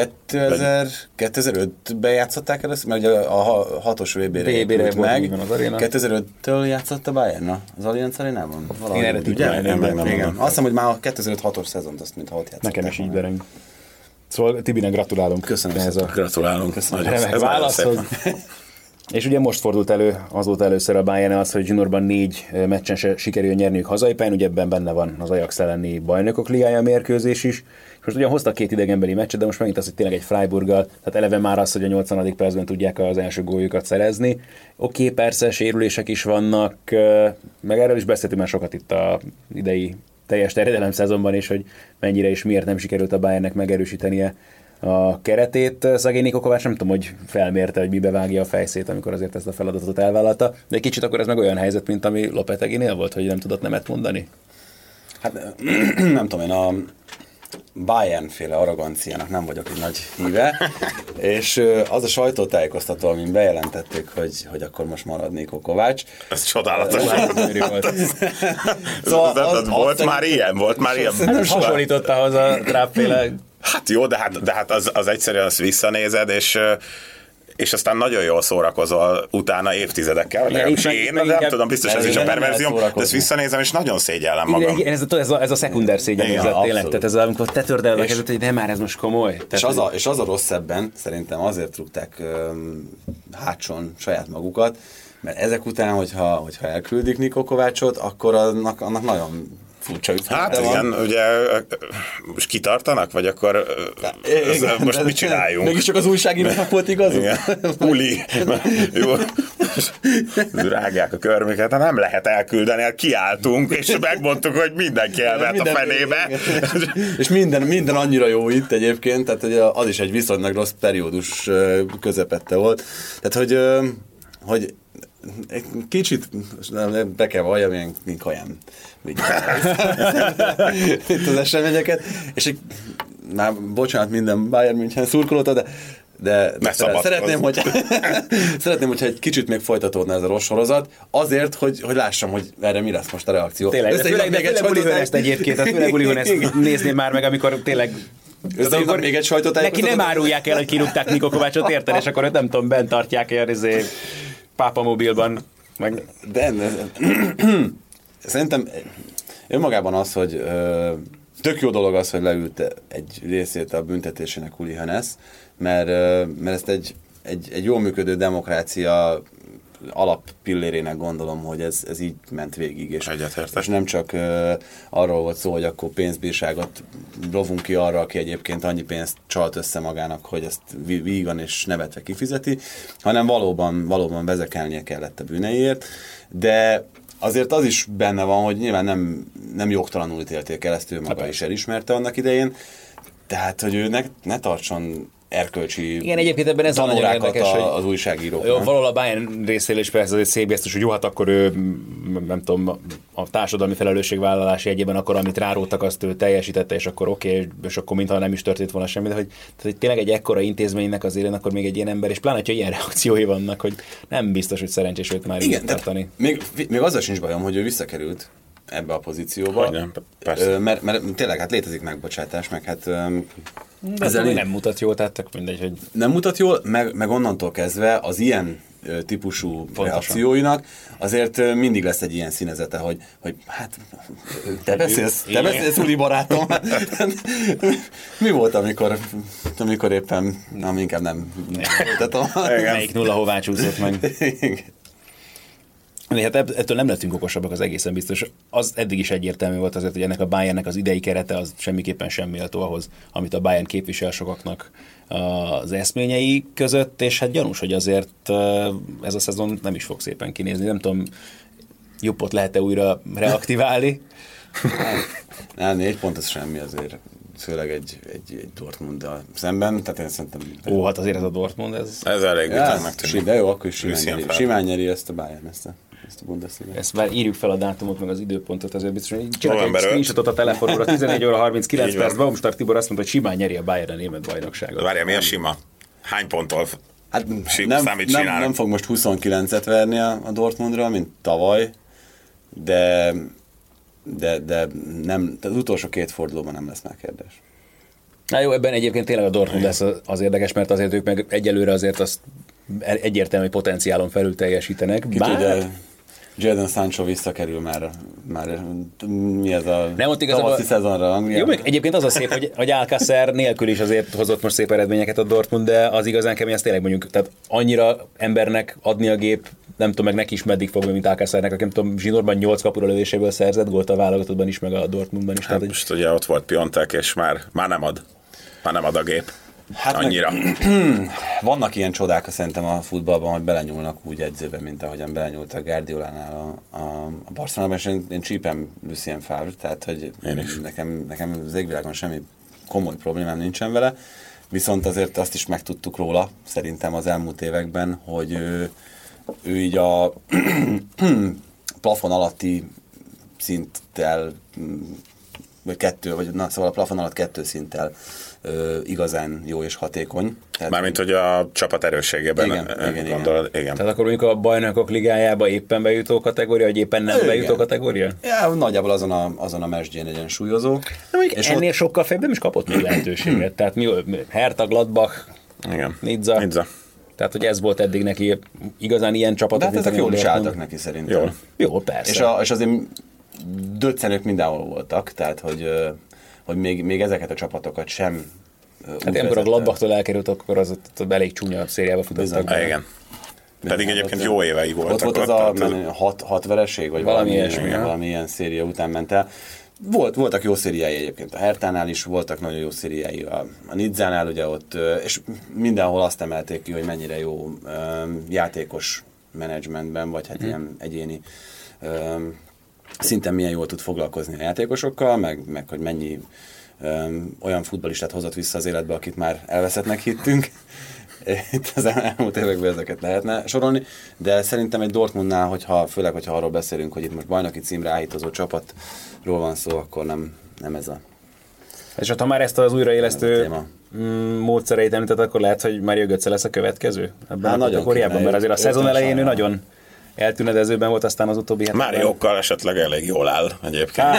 kétezer-ötben játszották először, mert ugye a hatos vé bé-re épült meg. kétezer-öttől játszott a Bayern az Allianz Arenában?
Én erre tudja,
nem meg. Azt hiszem, hogy már a kétezer-öt hatos szezont azt, mintha ott játszották.
Nekem is így bereng. Szóval Tibinek gratulálunk.
Köszönöm
ehhez
szépen.
A...
Gratulálunk.
Köszönöm. Remek válaszhoz. És ugye most fordult elő azóta először a Bayern az, hogy juniorban négy meccsen se sikerül nyerniük hazai pályán, ugye ebben benne van az Ajax elleni bajnokok ligája mérkőzés is. És most ugye hoztak két idegenbeli meccset, de most megint az, hogy tényleg egy Freiburggal, tehát eleve már az, hogy a nyolcvanadik percben tudják az első góljukat szerezni. Oké, okay, persze, sérülések is vannak, meg erről is beszéltünk már sokat itt a idei teljes terjedelem szezonban, és hogy mennyire és miért nem sikerült a Bayernnek megerősítenie a keretét. Szegény Kovács nem tudom, hogy felmérte, hogy mibe vágja a fejszét, amikor azért ezt a feladatot elvállalta, de egy kicsit akkor ez meg olyan helyzet, mint ami Lopeteginél volt, hogy nem tudott nemet mondani?
Hát nem tudom, én a Bayern-féle arroganciának nem vagyok egy nagy híve, és az a sajtótájékoztató, amin bejelentették, hogy, hogy akkor most marad Niko Kovács.
Ez csodálatos.
Szóval
az, az, az volt már ilyen, volt már ilyen.
Hát hasonlította ahhoz a Trapp-féle.
Hát jó, de hát, de hát az, az egyszerűen azt visszanézed, és és aztán nagyon jól szórakozol utána évtizedekkel, vagy legalábbis én, de nem tudom, biztos ez is a perverzióm, de ezt visszanézem, és nagyon szégyellem magam.
Ez a, ez a, ez a szekunder szégyenézet tényleg, tehát ez a, amikor te tördelve kezdett, hogy de már ez most komoly.
És,
tehát,
az a, és az a rossz ebben, szerintem azért rúgták um, hátson saját magukat, mert ezek után, hogyha, hogyha elküldik Niko Kovácsot, akkor annak, annak nagyon furcsa üzenete
Hát igen, van. Ugye most kitartanak, vagy akkor igen, most mit csináljunk?
Mégiscsak az újságírónak volt igazuk?
Uli. Jó. Rágják a körmüket, nem lehet elküldeni, hát kiálltunk, és megmondtuk, hogy mindenki elvett a fenébe.
És minden, minden annyira jó itt egyébként, tehát hogy az is egy viszonylag rossz periódus közepette volt. Tehát, hogy, hogy egy kicsit be kell valljam, ilyen kaján itt az eseményeket, és egy, már bocsánat minden Bayern München szurkolóta, de, de, de szeretném, hogy, szeretném, hogyha egy kicsit még folytatódna ez a rossz sorozat, azért, hogy, hogy lássam, hogy erre mi lesz most a reakció.
Tényleg, de főleg, de főleg Uli Hoeneßt egyébként, tehát főleg Uli Hoeneßt nézném már meg, amikor tényleg
amikor még egy sajtótájékoztató.
Neki nem árulják el, hogy kirúgták Niko Kovácsot, érted, és akkor nem tudom, bent tartják ilyen izé, pápamobilban. Meg...
De szerintem önmagában az, hogy ö, tök jó dolog az, hogy leült egy részét a büntetésének Uli Hoeneß, mert, ö, mert ezt egy, egy, egy jól működő demokrácia alappillérének gondolom, hogy ez, ez így ment végig, és, és nem csak uh, arról volt szó, hogy akkor pénzbírságot rovunk ki arra, aki egyébként annyi pénzt csalt össze magának, hogy ezt vígan és nevetve kifizeti, hanem valóban, valóban vezekelnie kellett a bűneiért, de azért az is benne van, hogy nyilván nem, nem jogtalanul ítélték el, ezt ő maga is elismerte annak idején, tehát, hogy ő ne, ne tartson erkölcsi
igen, egyébként ebben ez nagyon érdekes,
hogy az újságírók.
Jó, valahol a Bayern részéről is persze egy szép gesztus, hogy jó, hát akkor ő, nem tudom, a társadalmi felelősségvállalás jegyében akkor, amit ráródtak, azt ő teljesítette, és akkor oké, okay, és akkor mintha nem is történt volna semmi, de hogy, tehát, hogy tényleg egy ekkora intézménynek az élén, akkor még egy ilyen ember, és pláne, hogyha ilyen reakciói vannak, hogy nem biztos, hogy szerencsés őt már így tartani.
Még, még azzal sincs bajom, hogy ő visszakerült ebbe a pozícióba,
nem, persze.
Mert, mert tényleg hát létezik megbocsátás, meg hát
de ezzel így... nem mutat jól, tehát mindegy, hogy...
Nem mutat jól, meg, meg onnantól kezdve az ilyen típusú pontosan reakcióinak azért mindig lesz egy ilyen színezete, hogy, hogy hát te beszélsz, te beszélsz, Uli barátom. Mi volt, amikor, amikor éppen, nem, inkább nem folytatom.
Melyik nulla hová csúszott meg. Hát ettől nem lettünk okosabbak, az egészen biztos. Az eddig is egyértelmű volt azért, hogy ennek a Bayernnek az idei kerete az semmiképpen sem méltó ahhoz, amit a Bayern képvisel sokaknak az eszményei között, és hát gyanús, hogy azért ez a szezon nem is fog szépen kinézni. Nem tudom, Juppot lehet-e újra reaktiválni?
Nem, négy pont az semmi azért. Főleg egy, egy, egy Dortmunddal szemben, tehát én szerintem...
Ó, hát azért ez a Dortmund, ez...
Ez elég
ja, megtűnik. De jó, akkor is simán nyeri, simán nyeri ezt a Bayern, ezt a, ezt a Bundesliga.
Ezt már írjuk fel a dátumot, meg az időpontot, azért biztos, hogy csináljuk egy screenshotot a telefonról, a tizenegy óra harminckilenc perc, Baumstark Tibor azt mondta, hogy simán nyeri a Bayern a német bajnokságot.
Várjál, mi a sima? Hány ponttal
hát nem, nem, nem fog most huszonkilencet verni a, a Dortmundra, mint tavaly, de... De, de nem, az utolsó két fordulóban nem lesz már kérdés.
Na jó, ebben egyébként tényleg a Dortmund lesz az érdekes, mert azért ők meg egyelőre azért azt egyértelmű, hogy potenciálon felül teljesítenek.
Ki tudja, Jadon Sancho visszakerül már, már mi ez a tavaszi szezonra Angliában.
Jó, még egyébként az a szép, hogy, hogy Alcácer nélkül is azért hozott most szép eredményeket a Dortmund, de az igazán kemény, az tényleg mondjuk, tehát annyira embernek adni a gép, nem tudom meg neki is meddig fog, mint Alcácernek, aki nem tudom, zsinórban nyolc kapura lövéséből szerzett gólt a válogatottban is, meg a Dortmundban is.
Hát tehát, most ugye ott volt Piontek, és már, már nem ad. Már nem ad a gép.
Hát
annyira.
Meg, vannak ilyen csodák szerintem a futballban, hogy belenyúlnak úgy edzőben, mint ahogyan belenyúltak Guardiolánál a, a, a Barcelonában, és én, én csípem Lucien Favre, tehát hogy nekem, nekem az égvilágon semmi komoly problémám nincsen vele, viszont azért azt is megtudtuk róla, szerintem az elmúlt években, hogy ő, ő így a plafon alatti szinttel, vagy kettő, vagy na, szóval a plafon alatt kettő szinttel ö, igazán jó és hatékony. Tehát,
mármint, hogy a csapat erősségében
igen, igen,
gondolod, igen.
igen. Tehát akkor mondjuk a bajnokok ligájába éppen bejutó kategória, vagy éppen nem igen. bejutó kategória?
Ja, nagyjából azon a, azon a mesdjén egyensúlyozó.
De és ennél ott... sokkal fejebb nem is kapott még lehetőséget. Tehát mi, Hertha, Gladbach,
igen.
Nizza.
Nizza.
Tehát, hogy ez volt eddig neki igazán ilyen csapatok.
De hát ezek jól is álltak neki szerintem.
Jól, Jó, persze.
És, a, és azért döccenők mindenhol voltak, tehát hogy, hogy még, még ezeket a csapatokat sem.
Hát amikor a Gladbachtól elkerült, akkor az ott elég csúnya szériába futottak.
Ah, igen. Pedig Bizony, egyébként jó évei voltak.
Ott volt az ott, a men, hat, hat vereség, vagy valami, valami, ilyen, valami ilyen széria után ment el. Volt, voltak jó szériái egyébként. A Hertánál is voltak nagyon jó szériái. A, a Nizzánál ugye ott, és mindenhol azt emelték ki, hogy mennyire jó um, játékos menedzsmentben, vagy hát hmm. ilyen egyéni um, szinten milyen jól tud foglalkozni a játékosokkal, meg, meg hogy mennyi um, olyan futballistát hozott vissza az életbe, akit már elveszettnek hittünk. Itt az elmúlt években ezeket lehetne sorolni, de szerintem egy Dortmundnál, hogyha, főleg, hogyha arról beszélünk, hogy itt most bajnoki címre áhítozó csapatról van szó, akkor nem, nem ez a...
És ha már ezt az újraélesztő módszereit említett, akkor lehet, hogy Mário Götze lesz a következő ebben hát a kategóriában, mert azért a szezon elején ő nagyon eltűnedezőben volt, aztán az utóbbi hetekben.
Máriókkal esetleg elég jól áll egyébként.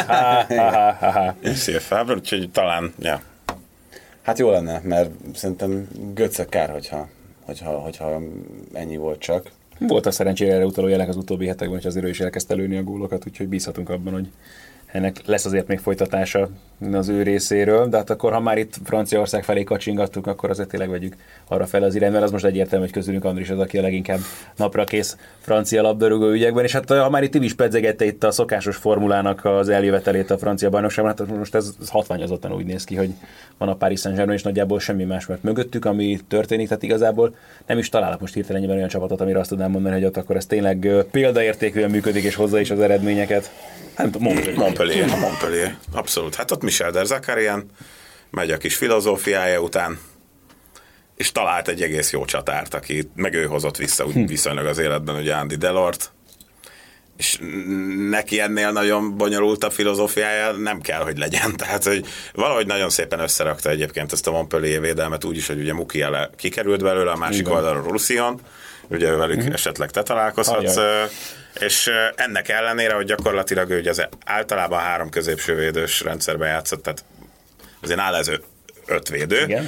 Szép Favre, úgyhogy talán, ja.
Hát jó lenne, mert szerintem Götze kár, hogyha, hogyha, hogyha ennyi volt csak.
Volt a szerencsére erre utaló jelek az utóbbi hetekben, hogy azért ő is elkezdte lőni a gólokat, úgyhogy bízhatunk abban, hogy ennek lesz azért még folytatása az ő részéről, de hát akkor, ha már itt Franciaország felé kacsingattuk, akkor azért tényleg vegyük arra fel az irány, mert az most egyértelmű, hogy közülünk Andris az, aki a leginkább napra kész francia labdarúgó ügyekben, és hát ha már itt is pedzegette itt a szokásos formulának az eljövetelét a francia bajnokságban, hát most ez hatványozottan úgy néz ki, hogy van a Paris Saint-Germain, és nagyjából semmi más mert mögöttük, ami történik, tehát igazából nem is találok most hirtelenben olyan csapatot, amire azt tudnám mondani, hogy ott akkor ez tényleg példaértékűen működik és hozza is az eredményeket. Hát
Montpellier. Montpellier. Montpellier. Abszolút. Hát ott Michel der Zakarian megy a kis filozófiája után, és talált egy egész jó csatárt, aki meg ő hozott vissza hm. viszonylag az életben, ugye Andy Delort, és neki ennél nagyon bonyolult a filozófiája nem kell, hogy legyen. Tehát, hogy valahogy nagyon szépen összerakta egyébként ezt a Montpellier védelmet úgy is, hogy ugye Mukiele kikerült belőle, a másik igen. oldalról Roussillon, ugye velük uh-huh. esetleg te találkozhatsz, Ajaj. és ennek ellenére, hogy gyakorlatilag ő ugye az általában három középső védős rendszerben játszott, tehát azért nála ez öt védő, igen.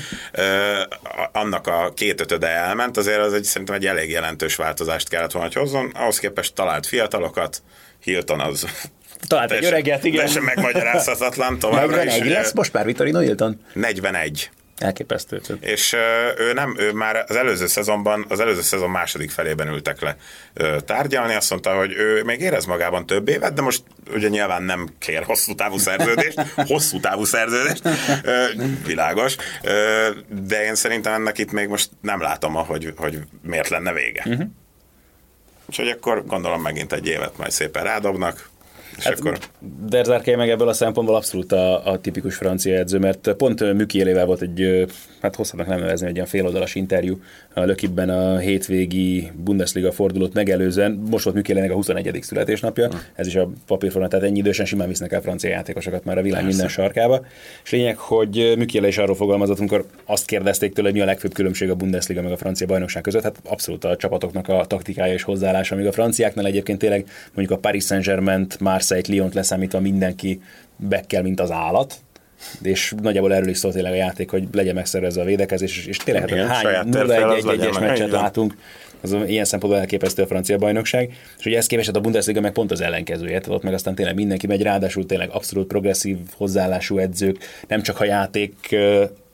annak a két ötöde elment, azért az egy, szerintem egy elég jelentős változást kellett volna, hogy hozzon, ahhoz képest talált fiatalokat, Hilton az
talált egy öreget, igen.
De sem megmagyarázhatatlan továbbra is.
negyvenegy lesz most már Vitorino Hilton?
negyvenegy.
Elképesztő.
És uh, ő nem, ő már az előző szezonban, az előző szezon második felében ültek le uh, tárgyalni, azt mondta, hogy ő még érez magában több évet, de most ugye nyilván nem kér hosszú távú szerződést, hosszú távú szerződést, uh, világos, uh, de én szerintem ennek itt még most nem látom, hogy, hogy miért lenne vége. Uh-huh. Úgyhogy akkor gondolom megint egy évet majd szépen rádobnak.
Hát, akkor... Der Zakarian meg ebből a szempontból abszolút a, a tipikus francia edző, mert pont Mukielével volt egy, hát hosszabbnak nem nevezni, egy ilyen féloldalas interjú a Lökibben a hétvégi Bundesliga fordulót megelőzően. Most volt Mukielének a huszonegyedik születésnapja, hmm. ez is a papírforma, tehát ennyi idősen simán visznek el francia játékosokat már a világ Persze. minden sarkába. És lényeg, hogy Mukiele is arról fogalmazott, amikor azt kérdezték tőle, hogy mi a legfőbb különbség a Bundesliga meg a francia bajnokság között, hát abszolút a csapatoknak a taktikája és hozzáállása, amíg a franciáknál egyébként tényleg mondjuk a Paris Saint-Germaint, Marseille-t, Lyont leszámítva mindenki bekkel, mint az állat, és nagyjából erről is szólt tényleg a játék, hogy legyen megszervezve a védekezés, és tényleg igen, hány nulla egy egyes meccset látunk, az ilyen szempontból elképesztő a francia bajnokság, és ugye ez képest a Bundesliga meg pont az ellenkezője, tehát ott meg aztán tényleg mindenki megy, ráadásul tényleg abszolút progresszív hozzáállású edzők, nem csak a játék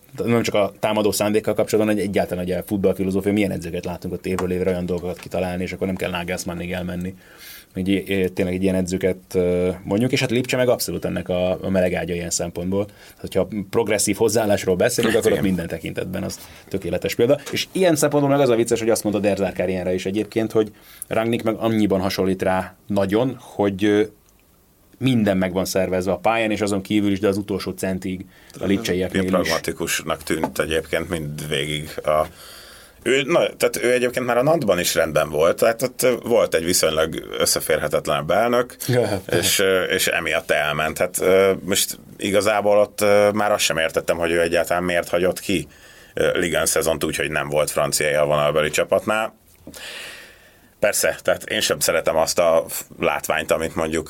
nem csak a támadó szándékkal kapcsolatban, hogy egyáltalán ugye a futballfilozófia, milyen edzőket látunk ott évről évre olyan dolgokat kitalálni, és akkor nem kell Nagelsmannig elmenni. Így, tényleg egy ilyen edzőket mondjuk, és hát Lipcse meg abszolút ennek a, a melegágya ilyen szempontból. Tehát, hogyha progresszív hozzáállásról beszélünk, akkor ott minden tekintetben az tökéletes példa. És ilyen szempontból meg az a vicces, hogy azt mondta Derzár Karrienre is egyébként, hogy Rangnick meg annyiban hasonlít rá nagyon, hogy minden meg van szervezve a pályán, és azon kívül is, de az utolsó centig a lipcseieknél is.
Pragmatikusnak tűnt egyébként mindvégig a Ő, na, tehát ő egyébként már a NAT-ban is rendben volt, tehát ott volt egy viszonylag összeférhetetlen elnök, és, és emiatt elment. Hát most igazából ott már azt sem értettem, hogy ő egyáltalán miért hagyott ki ligán szezont úgy, hogy nem volt franciai a vonalbeli csapatnál. Persze, tehát én sem szeretem azt a látványt, amit mondjuk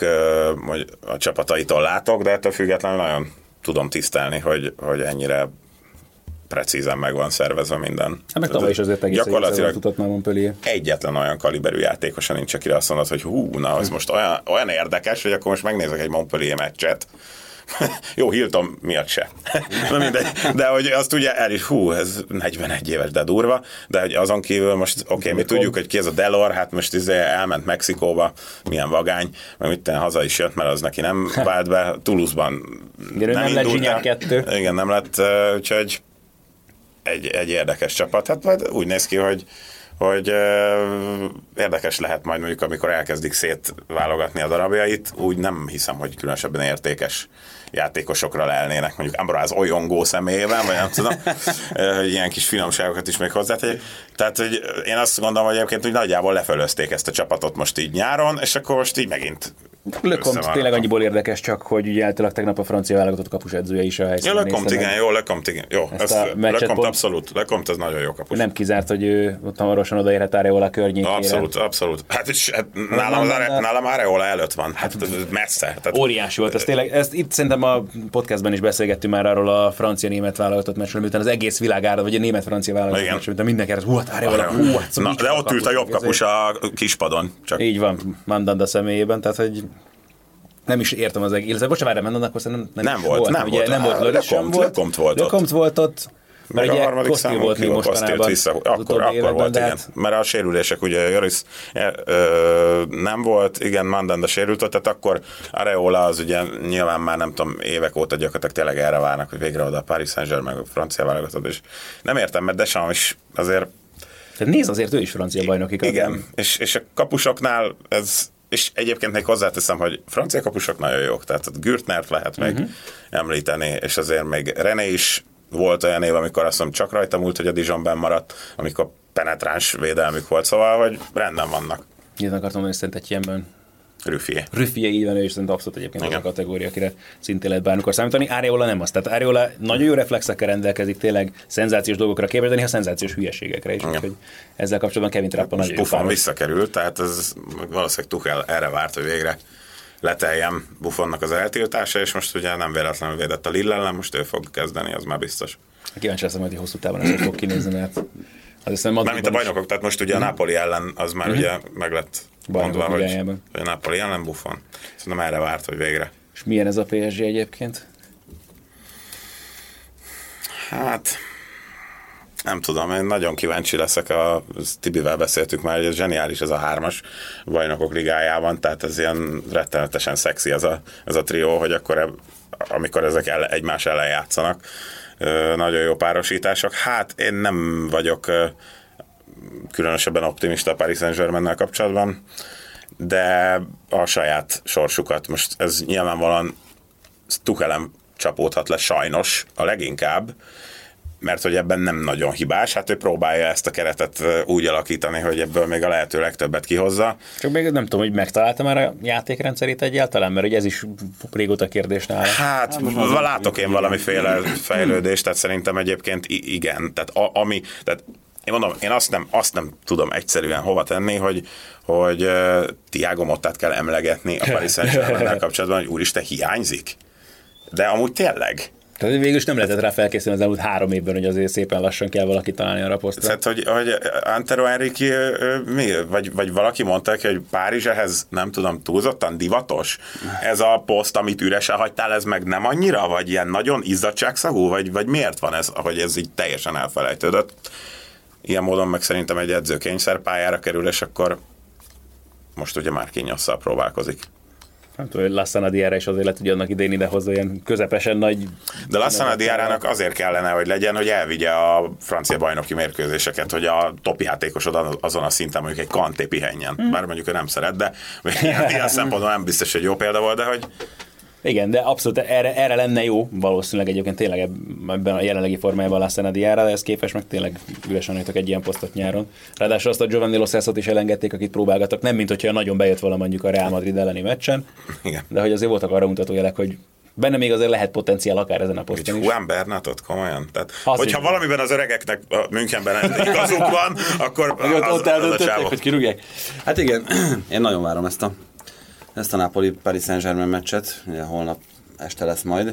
a csapataitól látok, de ettől függetlenül nagyon tudom tisztelni, hogy, hogy ennyire precízen meg van szervezve minden.
Hát meg tavaly is azért egész
gyakorlatilag
tudott már Montpellier.
Egyetlen olyan kaliberű játékosa nincs, akire azt mondod, hogy hú, na, az most olyan, olyan érdekes, hogy akkor most megnézek egy Montpellier meccset. Jó, Hilton miatt se. Na mindegy. De hogy azt ugye el is, hú, ez negyvenegy éves, de durva, de hogy azon kívül most, oké, okay, mi tudjuk, hogy ki ez a Delor, hát most izé elment Mexikóba, milyen vagány, meg mit haza is jött, mert az neki nem vált be, Toulouse-ban
igen, nem, nem indult lett kettő.
Igen, nem lett, úgyhogy egy, egy érdekes csapat. Hát majd úgy néz ki, hogy hogy uh, érdekes lehet majd mondjuk, amikor elkezdik szétválogatni a darabjait, úgy nem hiszem, hogy különösebben értékes játékosokra lelnének, mondjuk Ambroise Oyongo személyében, vagy nem tudom, hogy ilyen kis finomságokat is még hozzátegyek. Tehát, hogy én azt gondolom, hogy egyébként hogy nagyjából lefölözték ezt a csapatot most így nyáron, és akkor most így megint
Lecomte tényleg annyiból érdekes csak, hogy ugye általában tegnap a francia válogatott kapusedzője is a helyszínen.
Ja, Lecomte, igen, jó, Lecomte, igen. Jó, Lecomte abszolút, Lecomte az nagyon jó kapus.
Nem kizárt, hogy ő ott hamarosan odaérhet Areola környékére.
Abszolút, abszolút. Hát, és, hát nálam, az Are, nálam Areola előtt van, hát messze. Tehát,
óriási volt ez tényleg. Ezt itt szerintem a podcastben is beszélgettünk már arról a francia-német válogatott meccsről, miután az egész világára, vagy a német-francia válogatott meccsről, miután mindenki erre, hú, hát Areola, hú, hát
na, de ott ült a jobb kapus a kispadon.
Csak. Így van, Mandanda személyében, tehát hogy nem is értem az egész. Illetve, bocsánat, várj, akkor szerintem nem,
nem volt.
volt.
Nem
ugye,
volt.
Nem volt.
Lecomte volt. Lecomte
volt, volt ott.
Meg a harmadik számú volt még mostanában. Vissza. Akkor, akkor volt, igen. Hát... Mert a sérülések, ugye Joris ö, nem volt, igen, Mandanda sérült, tehát akkor Areola az ugye nyilván már nem tudom, évek óta gyakorlatilag tényleg erre várnak, hogy végre oda a Paris Saint-Germain, meg a francia válogatott, és nem értem, mert Deschamps is azért...
Tehát nézd, azért ő is francia bajnokikat.
Igen, és, és a kapusoknál ez... És egyébként még hozzáteszem, hogy francia kapusok nagyon jók, tehát Gürtnert lehet még uh-huh. említeni, és azért még René is volt olyan év, amikor azt mondom, csak rajta múlt, hogy a Dijonben maradt, amikor penetráns védelmük volt, szóval, hogy rendben vannak.
Én akartam mondani, hogy egy ilyenben
Rüffié.
Rüffié, így van, ő is szerintem abszolút egyébként az a kategória, akire szintén lehet bármikor számítani. Areola nem az. Tehát Areola nagyon jó reflexekkel rendelkezik, tényleg szenzációs dolgokra képes, de ha szenzációs hülyeségekre is. Úgyhogy ezzel kapcsolatban Kevin Trapp-a nagyon jó
Buffon visszakerült, tehát ez valószínűleg Tuchel erre várt, hogy végre leteljem Buffonnak az eltiltása, és most ugye nem véletlenül védett a Lille ellen, most ő fog kezdeni, az már biztos.
Kíváncsi leszem, hogy hosszú távon ezt fog kinézni, mert az
mármint a bajnokok, tehát most ugye a Napoli ellen az már uh-huh. ugye meg lett mondva, hogy, hogy a Napoli ellen Buffon. Szerintem erre várt, hogy végre.
És milyen ez a pé es gé egyébként?
Hát nem tudom, én nagyon kíváncsi leszek, a Tibivel beszéltük már, hogy ez zseniális ez a hármas bajnokok ligájában, tehát ez ilyen rettenetesen szexi ez a, ez a trió, hogy akkor eb, amikor ezek ele, egymás ellen játszanak, nagyon jó párosítások. Hát én nem vagyok különösebben optimista a Paris Saint-Germain-nel kapcsolatban, de a saját sorsukat, most ez nyilvánvalóan Tuchelem csapódhat le sajnos a leginkább, mert hogy ebben nem nagyon hibás, hát ő próbálja ezt a keretet úgy alakítani, hogy ebből még a lehető legtöbbet kihozza.
Csak még nem tudom, hogy megtalálta már a játékrendszerét egyáltalán, mert ugye ez is régóta kérdés nála.
Hát, hát látok én valamiféle fejlődést, tehát szerintem egyébként igen. Tehát a, ami, tehát én mondom, én azt nem, azt nem tudom egyszerűen hova tenni, hogy, hogy uh, Thiago Mottát kell emlegetni a Paris Saint-Germain-nel kapcsolatban, hogy úristen, hiányzik. De amúgy tényleg.
Tehát végül is nem lehetett rá felkészülni az elmúlt három évben, hogy azért szépen lassan kell valaki találni arra a posztra.
Tehát, hogy, hogy Antero Henrique, mi? Vagy, vagy valaki mondta, hogy Párizs ehhez, nem tudom, túlzottan divatos? Ez a poszt, amit üresen hagytál, ez meg nem annyira? Vagy ilyen nagyon izzadságszagú? Vagy, vagy miért van ez, hogy ez így teljesen elfelejtődött? Ilyen módon meg szerintem egy edző kényszerpályára kerül, és akkor most ugye már Kinyosszal próbálkozik.
Nem tudom, hogy Lassana Diarra is azért le tudja annak idén idehozza ilyen közepesen nagy...
De Lassana Diarrának azért kellene, hogy legyen, hogy elvigye a francia bajnoki mérkőzéseket, hogy a top játékosod azon a szinten mondjuk egy Kanté pihenjen. Hmm. Bár mondjuk ő nem szeret, de ilyen, ilyen szempontból nem biztos, hogy jó példa volt, de hogy...
Igen, de abszolút erre, erre lenne jó, valószínűleg egyébként tényleg ebben a jelenlegi formájában Lassana Diarra, de ez képes meg tényleg üresen hagytak egy ilyen posztot nyáron. Ráadásul azt a Giovanni Lo Celso-t is elengedték, akit próbálgattak, nem mint hogyha nagyon bejött volna mondjuk a Real Madrid elleni meccsen, igen. De hogy azért voltak arra mutató jelek, hogy benne még azért lehet potenciál akár ezen a poszton is.
Juan Bernatot, komolyan? Tehát, hogyha valamiben az öregeknek a Münchenben igazuk van, akkor
az,
az,
ott eldöntöttek,
hogy kirúgják.
Hát igen, én nagyon várom ezt a ezt a Napoli Paris Saint-Germain meccset, ugye holnap este lesz majd,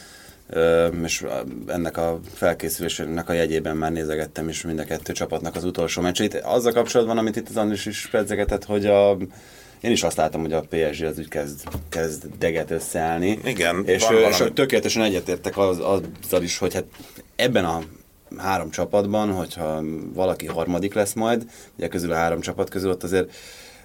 Ö, és ennek a felkészülésének a jegyében már nézegettem is mind a kettő csapatnak az utolsó meccsét. Azzal kapcsolatban, amit itt az Andris is pedzegetett, hogy a, én is azt látom, hogy a pé es gé az úgy kezd, kezd deget összeállni.
Igen.
És, és tökéletesen egyetértek az, azzal is, hogy hát ebben a három csapatban, hogyha valaki harmadik lesz majd, ugye közül a három csapat közül ott azért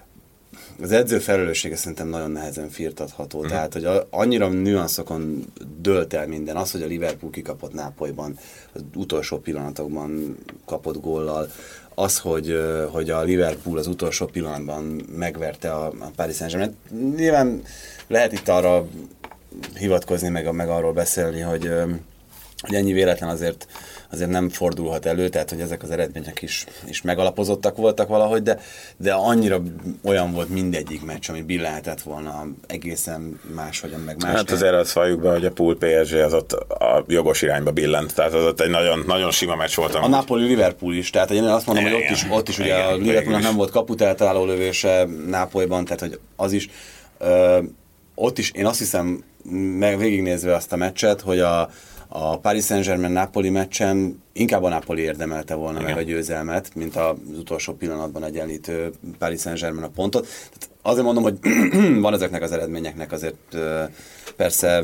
az edző felelőssége szerintem nagyon nehezen firtatható. Mm. Tehát, hogy a, annyira nüanszokon dölt el minden. Az, hogy a Liverpool kikapott Nápolyban, az utolsó pillanatokban kapott góllal. Az, hogy, hogy a Liverpool az utolsó pillanatban megverte a, a Paris Saint-Germain. Nyilván lehet itt arra hivatkozni, meg, meg arról beszélni, hogy, hogy ennyi véletlen azért azért nem fordulhat elő, tehát hogy ezek az eredmények is, is megalapozottak voltak valahogy, de, de annyira olyan volt mindegyik meccs, ami billenhetett volna egészen máshogyan, meg más.
Hát azért azt valljuk be, hogy a Pool pé es gé az ott a jogos irányba billent, tehát az ott egy nagyon, nagyon sima meccs volt.
A Napoli-Liverpool is, tehát én azt mondom, igen, hogy ott is, ott is igen, ugye a Liverpoolnak nem volt kaput eltaláló lövése Nápolyban, tehát hogy az is, ö, ott is én azt hiszem, meg végignézve azt a meccset, hogy a A Paris Saint-Germain-Napoli meccsen inkább a Napoli érdemelte volna igen. meg a győzelmet, mint az utolsó pillanatban egyenlítő Paris Saint-Germain a pontot. Tehát azért mondom, hogy van ezeknek az eredményeknek azért persze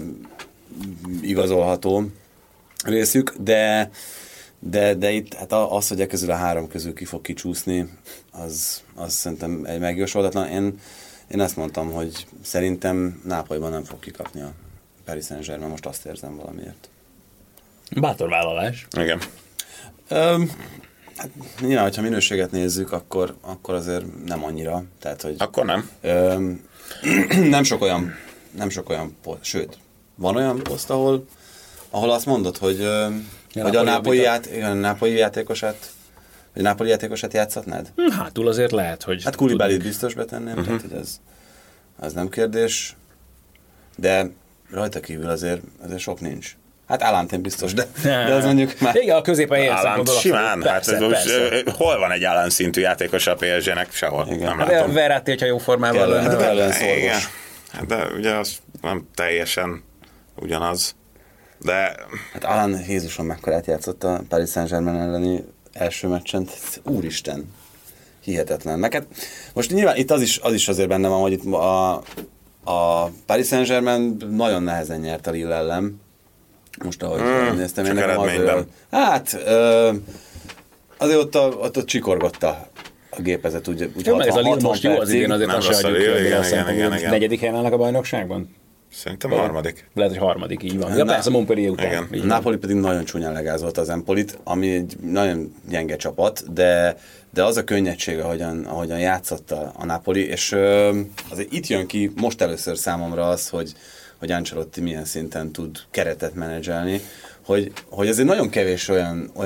igazolható részük, de, de, de itt hát az, hogy e közül a három közül ki fog kicsúszni, az, az szerintem egy megjósoldatlan. Én, én azt mondtam, hogy szerintem Nápolyban nem fog kikapni a Paris Saint-Germain, most azt érzem valamiért.
Bátor vállalás.
Igen.
Um, hát, nyilván, hogyha minőséget nézzük, akkor, akkor azért nem annyira. Tehát, hogy,
akkor nem.
Um, nem sok olyan, nem sok olyan poszt, sőt, van olyan poszt, ahol, ahol azt mondod, hogy, um, ja, hogy a nápolyi ját, játékosát, vagy a nápolyi játékosát játszhatnád?
Hátul azért lehet, hogy...
Hát Koulibalyt biztos betenném, uh-huh. tehát hogy ez, ez nem kérdés, de rajta kívül azért, azért sok nincs. Hát Alántén biztos, de, de az mondjuk már...
Igen, a középen ilyen
szempontból. Simán, persze, hát persze. Hol van egy Alan szintű játékos a pé es gének? Sehol. Igen. Nem
hát
látom.
Verratti, hogyha jó formában lenne.
Hát ellen szorgos.
Hát de ugye az nem teljesen ugyanaz. De...
Hát Alan Jézuson mekkorát játszott a Paris Saint-Germain elleni első meccsen. Úristen. Hihetetlen. Meg hát most nyilván itt az is, az is azért benne van, hogy itt a, a Paris Saint-Germain nagyon nehezen nyert a Lille ellen. Most ahogy hmm, néztem, én nekem az, hát ö, azért ott, a, ott, ott csikorgatta a gépezet, úgy, úgy
hatvan, ez a Lille most jó, az igen, azért
nem rossz a Lille, igen, igen, igen, igen.
Negyedik helyen állnak a bajnokságban?
Szerintem a harmadik.
Lehet, hogy harmadik, így van. Ja, persze, Montpellier után.
Igen. Napoli pedig nagyon csúnyán legázolt az Empolit, ami egy nagyon gyenge csapat, de, de az a könnyedsége, ahogyan, ahogyan játszott a, a Napoli, és ö, azért itt jön ki most először számomra az, hogy hogy Ancelotti milyen szinten tud keretet menedzselni, hogy, hogy azért nagyon kevés olyan, olyan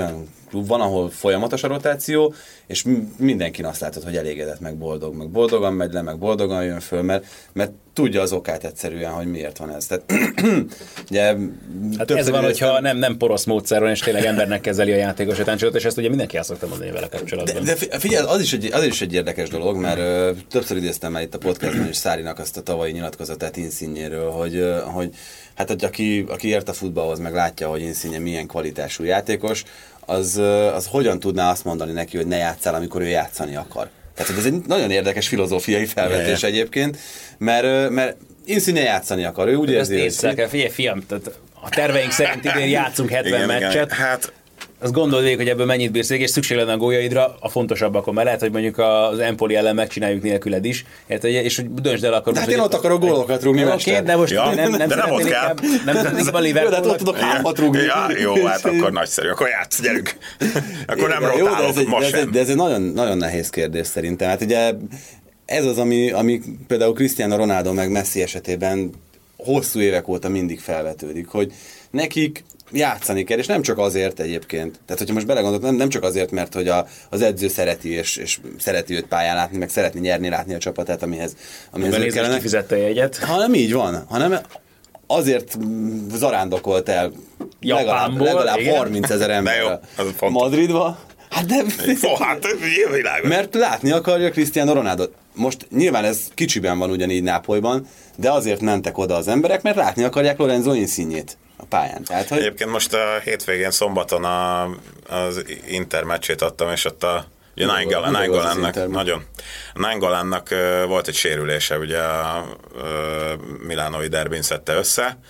klub van, ahol folyamatos a rotáció, és mindenki azt látod, hogy elégedett, meg boldog, meg boldogan megy le, meg boldogan jön föl, mert, mert tudja az okát egyszerűen, hogy miért van ez. Tehát, ugye,
hát ez van, hogyha nem, nem porosz módszer van, és tényleg embernek kezeli a játékos táncsolót, és ezt ugye mindenki el szokta mondani vele kapcsolatban.
De, de figyelj, az is, egy, az is egy érdekes dolog, mert ö, többször idéztem már itt a podcastban is Szárinak azt a tavalyi nyilatkozatát Insignéről, hogy, ö, hogy hát hogy aki, aki ért a futballhoz, meg látja, hogy Insigne milyen kvalitású játékos, az, ö, az hogyan tudná azt mondani neki, hogy ne játsszál, amikor ő játszani akar. Tehát ez egy nagyon érdekes filozófiai felvetés yeah. egyébként, mert, mert Insigne játszani akar, ő úgy érzi,
hogy... Figyelj, fiam, tehát a terveink szerint idén játszunk hetven
igen,
meccset.
Igen. Hát
azt gondold végig, hogy ebből mennyit bírsz végig, és szükség lenne a gólyaidra, a fontosabbakon, mert lehet, hogy mondjuk az Empoli ellen megcsináljuk nélküled is, érted, és hogy döntsd el akkor...
De hát én ott akarok gólokat rúgni,
mester. De most
ja,
nem, nem
de nem ott kell.
Nem szeretnék a Liverpoolnak.
De ott tudok hármat rúgni.
Ja, jó, hát akkor nagyszerű, akkor játsz, gyerünk. Akkor nem
jó,
rotálok,
de ez egy,
most
de ez egy, de ez egy nagyon, nagyon nehéz kérdés szerintem. Hát ugye ez az, ami, ami például Cristiano Ronaldo meg Messi esetében hosszú évek óta mindig felvetődik, hogy nekik játszani kell, és nem csak azért egyébként. Tehát, hogyha most belegondolok, nem, nem csak azért, mert hogy a, az edző szereti, és, és szereti őt pályán látni, meg szeretni nyerni, látni a csapatát, amihez, amihez
őt kellene. Kifizette a jegyet.
Hanem így van, hanem azért zarándokolt el legalább, legalább harmincezer ember Madridba. Hát de...
Fó, hát világos.
Mert látni akarja Cristiano Ronaldot. Most nyilván ez kicsiben van ugyanígy Nápolyban, de azért mentek oda az emberek, mert látni akarják Lorenzo Insignét a pályán. Tehát, hogy...
Egyébként most a hétvégén szombaton a, az Inter meccsét adtam, és ott a Nainggolannak nagyon. Nainggolannak uh, volt egy sérülése, ugye a uh, milánói derbin szedte össze,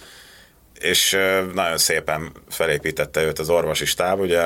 és uh, nagyon szépen felépítette őt az orvosi stáb, ugye,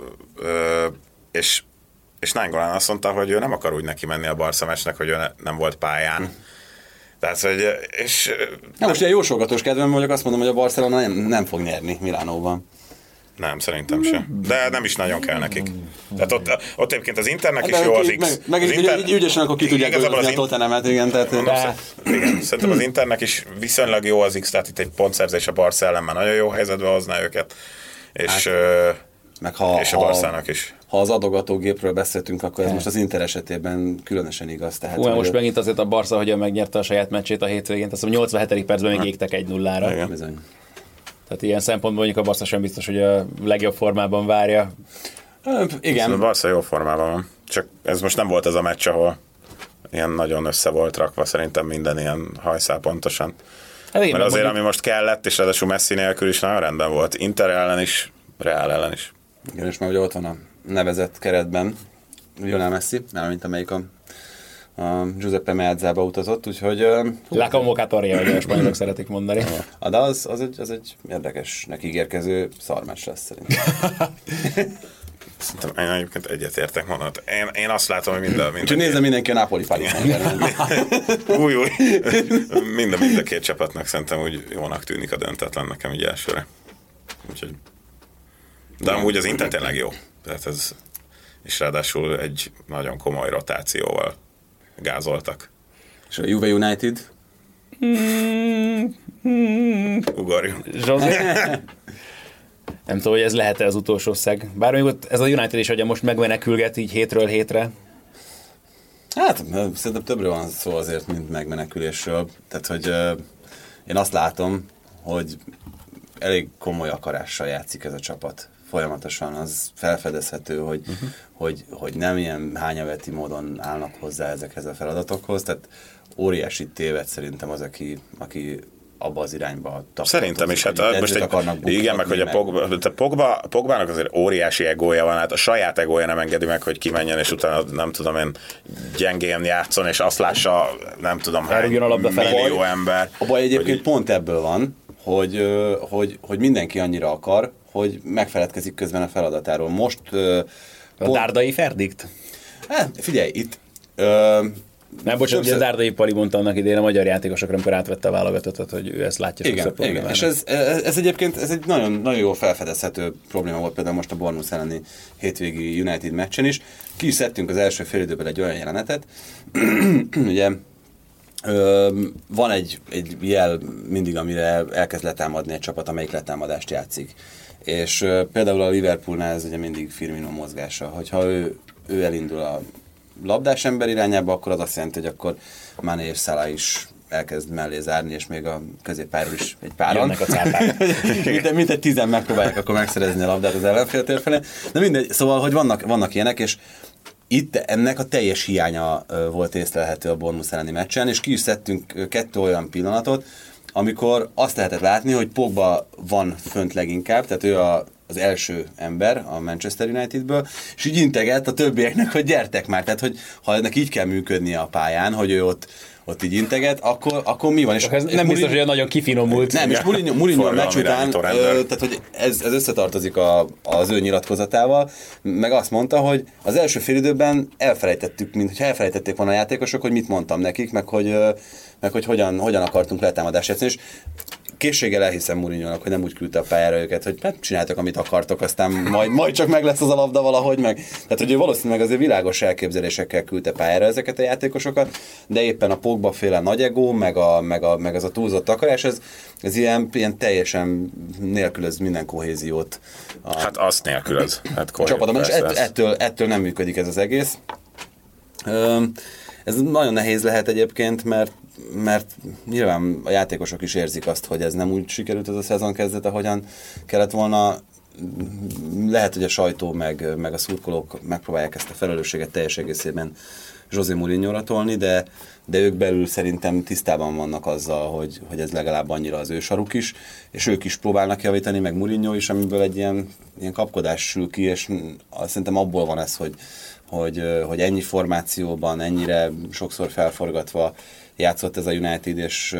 uh, és, és Nainggolan azt mondta, hogy ő nem akar úgy neki menni a Barca meccsnek, hogy ő ne, nem volt pályán. Hm. Tehát, hogy, és...
Na most ilyen jósolgatós kedvem vagyok, azt mondom, hogy a Barcelona nem, nem fog nyerni Milánóban.
Nem, szerintem sem. De nem is nagyon kell nekik. Tehát ott, ott egyébként az Internek is
de
jó az
X. Meg, meg
az
így,
Inter...
így ügyesen akkor ki tudják bőzni a Tottenhamet, igen. Tehát,
de... igen, szerintem az Internek is viszonylag jó az X, tehát itt egy pontszerzés a Barca ellen már nagyon jó helyzetbe hozná őket. És, hát,
meg ha,
és a Barszának is.
Ha az adogatógépről beszéltünk, akkor ez most az Inter esetében különösen igaz. Tehát,
Hú, most megint azért a Barca, hogyan megnyerte a saját meccsét a hétvégén, azt mondom, nyolcvanhetedik percben még égtek egy nullára.
Bizony.
Tehát ilyen szempontból mondjuk a Barca sem biztos, hogy a legjobb formában várja.
Igen.
A Barca jó formában van. Csak ez most nem volt az a meccs, ahol ilyen nagyon össze volt rakva, szerintem minden ilyen hajszál pontosan. Hát igen, mert azért, mondjuk... ami most kellett, és ráadásul Messi nélkül is nagyon rendben volt. Inter ellen is, Real ellen is.
Igen, és már ugye ott van a nevezett keretben Lionel Messi, mármint amelyik a, a Giuseppe Meazzába utazott, úgyhogy...
La convocatoria, hogy a spanyolok szeretik mondani.
De az, az, egy, az egy érdekesnek ígérkező szarmás lesz szerintem.
Szerintem én egyébként egyetértek mondat. Én, én azt látom, hogy minden... minden
Csak nézze mindenki a Napoli Paris
új, új. Minden, mind a két csapatnak szerintem úgy jónak tűnik a döntetlen nekem így elsőre. Úgyhogy... De amúgy az Inter tényleg jó. Tehát ez... És ráadásul egy nagyon komoly rotációval gázoltak.
És a Juve United?
Ugorjunk.
Nem tudom, hogy ez lehet-e az utolsó szeg. Bár mondjuk ez a United is, hogy most megmenekülget így hétről hétre.
Hát, szerintem többre van szó azért, mint megmenekülésről. Tehát, hogy uh, én azt látom, hogy elég komoly akarással játszik ez a csapat. Folyamatosan az felfedezhető, hogy, uh-huh. hogy, hogy nem ilyen hányaveti módon állnak hozzá ezekhez a feladatokhoz. Tehát óriási téved szerintem az, aki, aki abba az irányba tapasztalt.
Szerintem is, hát most egy, igen, meg hogy a Pogba, Pogba, Pogbának azért óriási egója van, hát a saját egója nem engedi meg, hogy kimenjen, és utána nem tudom én gyengén játszon, és azt lássa, nem tudom hány millió ember.
A baj egyébként hogy... pont ebből van, hogy, hogy, hogy mindenki annyira akar, hogy megfeledkezik közben a feladatáról. Most...
A pont... Dárdai Ferdikt?
Hát, figyelj, itt... Ö,
Nem, bocsánat, ugye a Dárdai Pali mondta annak idején a magyar játékosokra, amikor átvette a válogatottat, hogy ő ezt látja
igen, igen. És ez, ez egyébként ez egy nagyon, nagyon jól felfedezhető probléma volt például most a Bournemouth elleni hétvégi United meccsen is. Ki is szedtünk az első félidőben egy olyan jelenetet, ugye Ö, van egy, egy jel mindig, amire elkezd letámadni egy csapat, amelyik letámadást játszik. És ö, például a Liverpoolnál ez ugye mindig Firmino mozgása. Hogyha ő, ő elindul a labdás ember irányába, akkor az azt jelenti, hogy akkor Mané és Salah is elkezd mellé zárni, és még a középpályáról is egy páran.
Jönnek a cápák.
mint, mint egy tizen megpróbálják akkor megszerezni a labdát az ellenfél tér felé. De mindegy, szóval, hogy vannak, vannak ilyenek, és itt ennek a teljes hiánya volt észlelhető a Bournemouth elleni meccsen, és ki is szedtünk kettő olyan pillanatot, amikor azt lehetett látni, hogy Pogba van fönt leginkább, tehát ő a, az első ember a Manchester Unitedből, és így integet a többieknek, hogy gyertek már, tehát hogy ha ennek így kell működnie a pályán, hogy ő ott ott így integet, akkor, akkor mi van? És
ez nem biztos, hogy nagyon kifinomult.
Nem, és Mourinho, Mourinho a meccs után, ö, tehát hogy ez, ez összetartozik a, az ő nyilatkozatával, meg azt mondta, hogy az első fél időben elfelejtettük, mint hogyha elfelejtették volna a játékosok, hogy mit mondtam nekik, meg hogy, meg hogy hogyan, hogyan akartunk letámadást játszani, és készséggel elhiszem Mourinho-nak, hogy nem úgy küldte a pályára őket, hogy hát csináltak, amit akartok, aztán majd, majd csak meg lesz az a labda valahogy meg. Tehát, hogy ő valószínűleg azért világos elképzelésekkel küldte pályára ezeket a játékosokat, de éppen a Pogba féle nagy egó, meg, a, meg, a, meg az a túlzott akarás, ez, ez ilyen, ilyen teljesen nélkülöz minden kohéziót. A,
hát azt nélkülöz. Hát
a csapatban, és ett, ettől, ettől nem működik ez az egész. Ez nagyon nehéz lehet egyébként, mert mert nyilván a játékosok is érzik azt, hogy ez nem úgy sikerült ez a szezon kezdet, ahogyan kellett volna. Lehet, hogy a sajtó meg, meg a szurkolók megpróbálják ezt a felelősséget teljes egészében José Mourinho-ra tolni, de, de ők belül szerintem tisztában vannak azzal, hogy, hogy ez legalább annyira az ő saruk is, és ők is próbálnak javítani, meg Mourinho is, amiből egy ilyen, ilyen kapkodás sül ki, és szerintem abból van ez, hogy, hogy, hogy ennyi formációban, ennyire sokszor felforgatva játszott ez a United, és,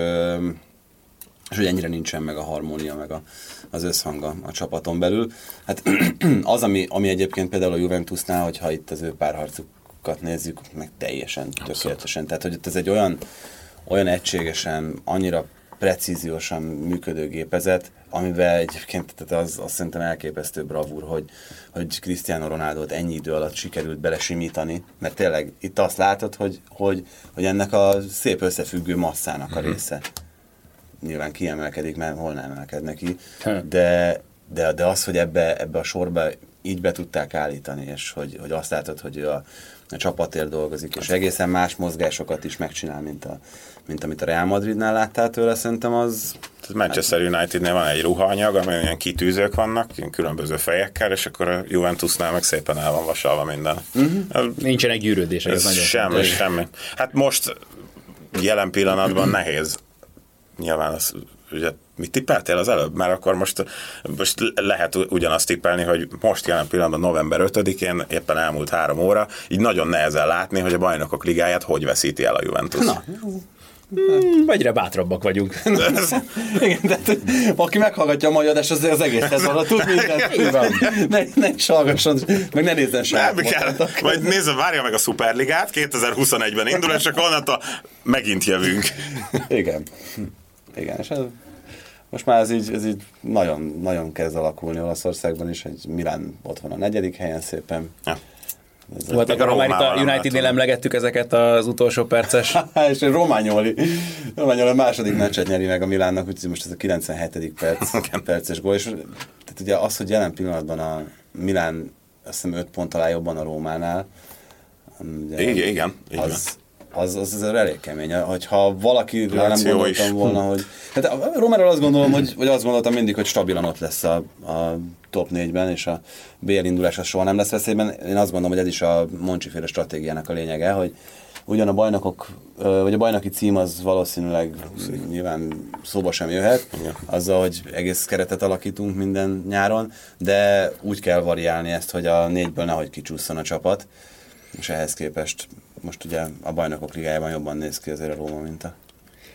és hogy ennyire nincsen meg a harmónia, meg a, az összhang a, a csapaton belül. Hát az, ami, ami egyébként például a Juventusnál, hogyha itt az ő párharcukat nézzük, meg teljesen tökéletesen. Tehát, hogy ez egy olyan, olyan egységesen, annyira precíziósan működő gépezet, amivel egyébként tehát az, az szerintem elképesztő bravúr, hogy, hogy Cristiano Ronaldot ennyi idő alatt sikerült belesimítani, mert tényleg itt azt látod, hogy, hogy, hogy ennek a szép összefüggő masszának a része. Nyilván kiemelkedik, mert hol nem emelkednek ki, de, de, de az, hogy ebbe, ebbe a sorba így be tudták állítani, és hogy, hogy azt látod, hogy ő a, a csapatért dolgozik, és egészen más mozgásokat is megcsinál, mint, a, mint amit a Real Madridnál láttál tőle, szerintem az...
Manchester Unitednél van egy ruhaanyag, amelyen ilyen kitűzők vannak, ilyen különböző fejekkel, és akkor a Juventusnál meg szépen el van vasalva minden. Uh-huh.
Nincsenek gyűrődések, ez, ez nagyon
semmi, fontos. semmi. Hát most jelen pillanatban nehéz. Nyilván az, ugye, mit tippeltél az előbb? Mert akkor most, most lehet ugyanazt tippelni, hogy most jelen pillanatban november ötödikén, éppen elmúlt három óra, így nagyon nehezen látni, hogy a Bajnokok Ligáját hogy veszíti el a Juventus. Na.
Hmm, egyre bátrabbak vagyunk.
Igen, tehát aki meghallgatja a mai adást, az, az egész szezonra tud mindent. Ne, ne is hallgasson, meg ne nézzen
saját. Majd nézze, várja meg a Szuperligát, kétezer-huszonegyben indul, és akkor onnantól megint jövünk.
Igen. Igen, és ez, most már ez így, ez így nagyon, nagyon kezd alakulni Olaszországban is, egy Milán ott van a negyedik helyen szépen. Ja.
Volt, akkor már itt a Unitednél emlegettük ezeket az utolsó perces.
És Romagnoli. Romagnoli a második meccset nyeri meg a Milánnak, úgyhogy most ez a kilencvenhetedik perc, perces gól. És tehát ugye az, hogy jelen pillanatban a Milán azt hiszem öt pont alá jobban a Rómánál.
Ugye, igen, igen.
Az, az, az, az elég kemény. Hogyha valakiről nem gondoltam is. volna, hogy... Hát a Rómáról azt gondolom, hogy, hogy azt gondoltam mindig, hogy stabilan ott lesz a, a top négyben, és a bé el indulás az soha nem lesz veszélyben. Én azt gondolom, hogy ez is a Monchi-féle stratégiának a lényege, hogy ugyan a bajnokok, vagy a bajnoki cím az valószínűleg nyilván szóba sem jöhet, azzal, hogy egész keretet alakítunk minden nyáron, de úgy kell variálni ezt, hogy a négyből nehogy kicsúszson a csapat, és ehhez képest most ugye a Bajnokok Ligájában jobban néz ki azért a Róma, mint a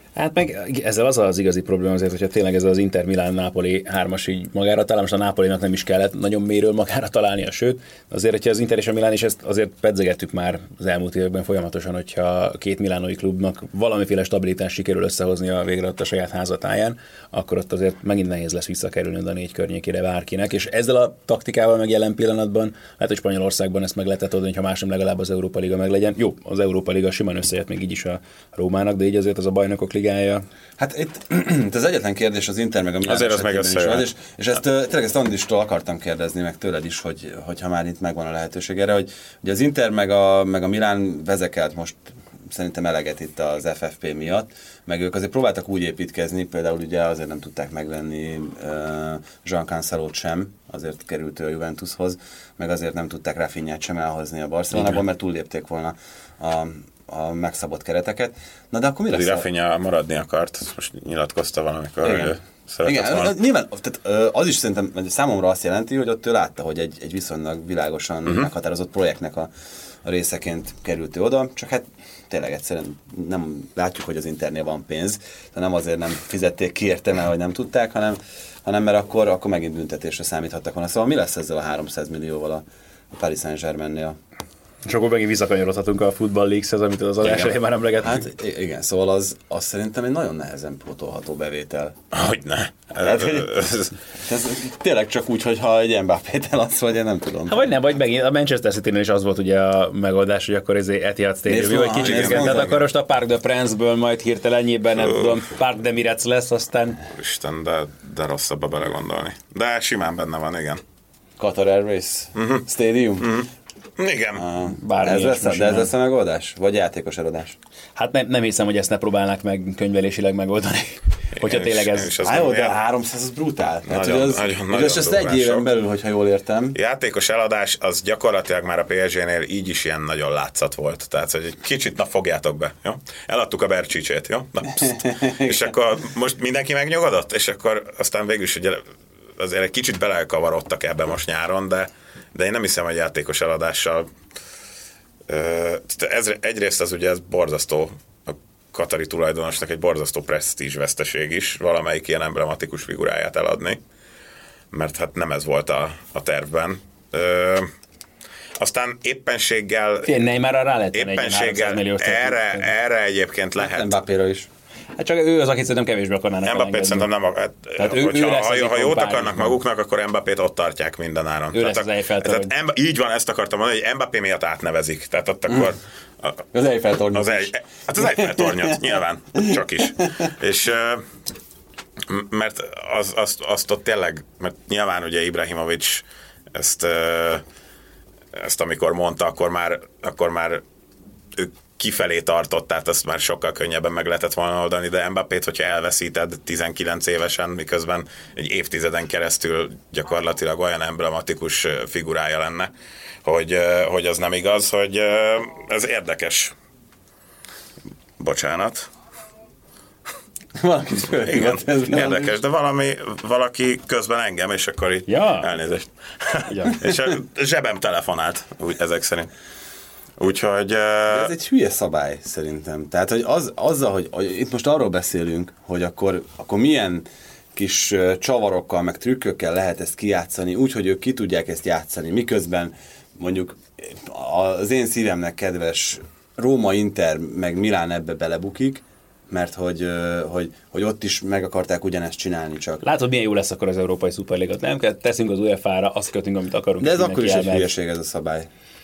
Hát meg ezzel az az igazi probléma azért, hogyha tényleg ez az Inter Milán Napoli hármas így magára talál, most a Napolinak nem is kellett nagyon mélyről magára találnia, sőt, azért, hogyha az Inter és a Milán is ezt azért pedzegettük már az elmúlt években folyamatosan, hogyha két milánói klubnak valamiféle stabilitást sikerül összehozni a végre ott a saját házatáján, akkor ott azért megint nehéz lesz visszakerülni a négy környékére bárkinek, és ezzel a taktikával meg jelen pillanatban, lehet, hogy Spanyolországban ezt meg lehetett oldani, ha más nem legalább az Európa Liga meg legyen. Jó, az Európa Liga simán összejött még így is a Rómának, de így azért az a Bajnokok Ligája.
Hát itt, itt az egyetlen kérdés az Inter meg a Milán
azért az meg
az, és, és ezt tényleg ezt Andristól akartam kérdezni, meg tőled is, hogy, hogyha már itt megvan a lehetőség erre, hogy ugye az Inter meg a, meg a Milán vezekelt most szerintem eleget itt az ef ef pé miatt, meg ők azért próbáltak úgy építkezni, például ugye azért nem tudták megvenni uh, Jean Cancelót sem, azért került ő a Juventushoz, meg azért nem tudták Rafinhát sem elhozni a Barcelonából, mert túllépték volna a, a megszabott kereteket. Na de akkor mi lesz?
Rafinha maradni akart, most nyilatkozta valamikor,
igen.
hogy szeretett
Igen,
volna.
nyilván tehát, az is szerintem számomra azt jelenti, hogy ott ő látta, hogy egy, egy viszonylag világosan uh-huh. meghatározott projektnek a, a részeként került ő oda, csak hát tényleg egyszerűen nem látjuk, hogy az Internél van pénz, de nem azért nem fizették ki érte, mert hogy nem tudták, hanem, hanem mert akkor, akkor megint büntetésre számíthattak volna. Szóval mi lesz ezzel a háromszáz millióval a, a Paris Saint-Germainnél?
És akkor megint visszakanyarodhatunk a Football League-hez, amit az adás elején már emlegettünk.
Hát igen, szóval az, az szerintem egy nagyon nehezen pótolható bevétel.
Hogyne.
Hát, ez, ez tényleg csak úgy, hogy ha egy Mbappét eladsz, vagy én nem tudom.
Ha vagy nem, vagy megint a Manchester City-nél is az volt ugye a megoldás, hogy akkor ez Etihad Stadium, jó, egy kicsit igen, tehát akkor most a Parc de Prince-ből majd hirtelen ennyiben, nem tudom, Parc de Mirets lesz, aztán...
Isten, de, de rosszabb a belegondolni. De simán benne van, igen.
Qatar Airways uh-huh. Stadium? Uh-huh.
Igen.
Uh, ez lesz, de ez lesz a megoldás? Vagy játékos eladás?
Hát nem, nem hiszem, hogy ezt ne próbálnák meg könyvelésileg megoldani. Hogyha tényleg ez...
Á, jó, de a háromszáz az brutál.
Nagyon,
hát, az,
nagyon, nagyon
az ezt egy éven belül, hogyha jól értem.
Játékos eladás az gyakorlatilag már a pé es génél így is ilyen nagyon látszat volt. Tehát, hogy egy kicsit, na fogjátok be, jó? Eladtuk a Bercsicsét, jó? Na, és akkor most mindenki megnyugodott, és akkor aztán végül is ugye azért egy kicsit belekavarodtak ebbe most nyáron, de de én nem hiszem, hogy játékos eladással ez, egyrészt az ugye ez borzasztó, a katari tulajdonosnak egy borzasztó presztízs veszteség is, valamelyik ilyen emblematikus figuráját eladni, mert hát nem ez volt a, a tervben. Ö, aztán éppenséggel
Tényleg már rá lehet
éppenséggel erre, erre egyébként lehet.
Mbappéra is.
Hát csak ő az, akit szerintem kevésbé akarnának
Mbappét szerintem nem akar. Hát, ő, hogyha, ő ha, ha jót akarnak maguknak, akkor Mbappét ott tartják minden áron.
Ő tehát, lesz az Eiffel-torony.
Tehát, így van, ezt akartam mondani, hogy Mbappé miatt átnevezik. Tehát ott akkor...
A, az Eiffel-tornyot.
Az egy, hát az Eiffel-tornyot, nyilván. Csak is. És... Mert az, azt, azt ott tényleg, mert nyilván ugye Ibrahimovic ezt, ezt amikor mondta, akkor már, akkor már ő kifelé tartott, tehát azt már sokkal könnyebben meg lehetett volna oldani, de Mbappét, hogyha elveszíted tizenkilenc évesen, miközben egy évtizeden keresztül gyakorlatilag olyan emblematikus figurája lenne, hogy, hogy az nem igaz, hogy ez érdekes. Bocsánat.
Valakit
igen, érdekes, de valami, valaki közben engem, és akkor így
ja.
elnézést. Ja. És a zsebem telefonált, úgy, ezek szerint. Úgyhogy...
De ez egy hülye szabály szerintem. Tehát, hogy az, azzal, hogy, hogy itt most arról beszélünk, hogy akkor, akkor milyen kis csavarokkal, meg trükkökkel lehet ezt kijátszani, úgy, hogy ők ki tudják ezt játszani, miközben mondjuk az én szívemnek kedves Róma, Inter, meg Milán ebbe belebukik, mert hogy, hogy, hogy ott is meg akarták ugyanezt csinálni csak.
Látod, milyen jó lesz akkor az Európai Szuperligát. Nem kell, teszünk az u ef á-ra, azt kötünk, amit akarunk.
De ez akkor is egy hülyeség ez a szabály.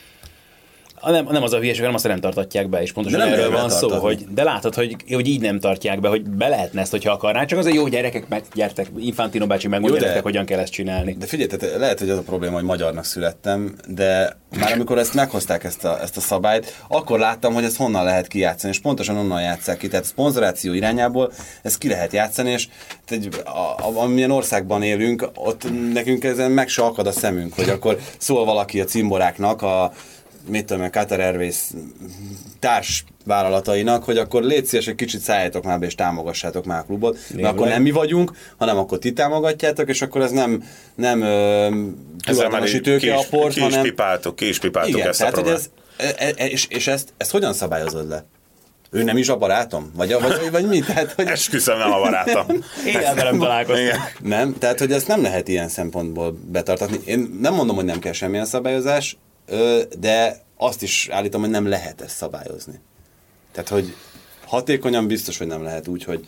Nem, nem az a hülyeség, hanem azt nem tartatják be, és pontosan de erről van szó, hogy, de látod, hogy, hogy így nem tartják be, hogy be lehetne ezt, hogyha akarnák, csak az egy jó gyerekek, meg gyertek, Infantino bácsi megmondja nektek, hogyan kell ezt csinálni.
De figyelj, tehát lehet, hogy az a probléma, hogy magyarnak születtem, de már amikor ezt meghozták ezt a, ezt a szabályt, akkor láttam, hogy ezt honnan lehet kijátszani, és pontosan onnan játsszák ki, tehát szponzoráció irányából ezt ki lehet játszani, és egy, a, a, amilyen országban élünk, ott nekünk ezen meg se akad a szemünk, hogy akkor szól valaki a cimboráknak, a mit tudom, a Qatar Airways társ vállalatainak, hogy akkor légy szíves, egy kicsit szálljátok már be, és támogassátok már a klubot. Mert akkor nem mi vagyunk, hanem akkor ti támogatjátok, és akkor ez nem, nem tulajdonosi tőkeaport,
hanem... Ki is pipáltuk, ki is pipáltuk
igen,
ezt
tehát,
a problémát.
Ez, e, e, és, és ezt, ezt hogyan szabályozod le? Ő nem is a barátom? Vagy, vagy, vagy mi? Tehát, hogy...
Esküszöm, nem a barátom.
Életben nem találkoztam.
Nem, tehát, hogy ezt nem lehet ilyen szempontból betartatni. Én nem mondom, hogy nem kell semmilyen szabályozás, de azt is állítom, hogy nem lehet ezt szabályozni. Tehát, hogy hatékonyan biztos, hogy nem lehet úgy, hogy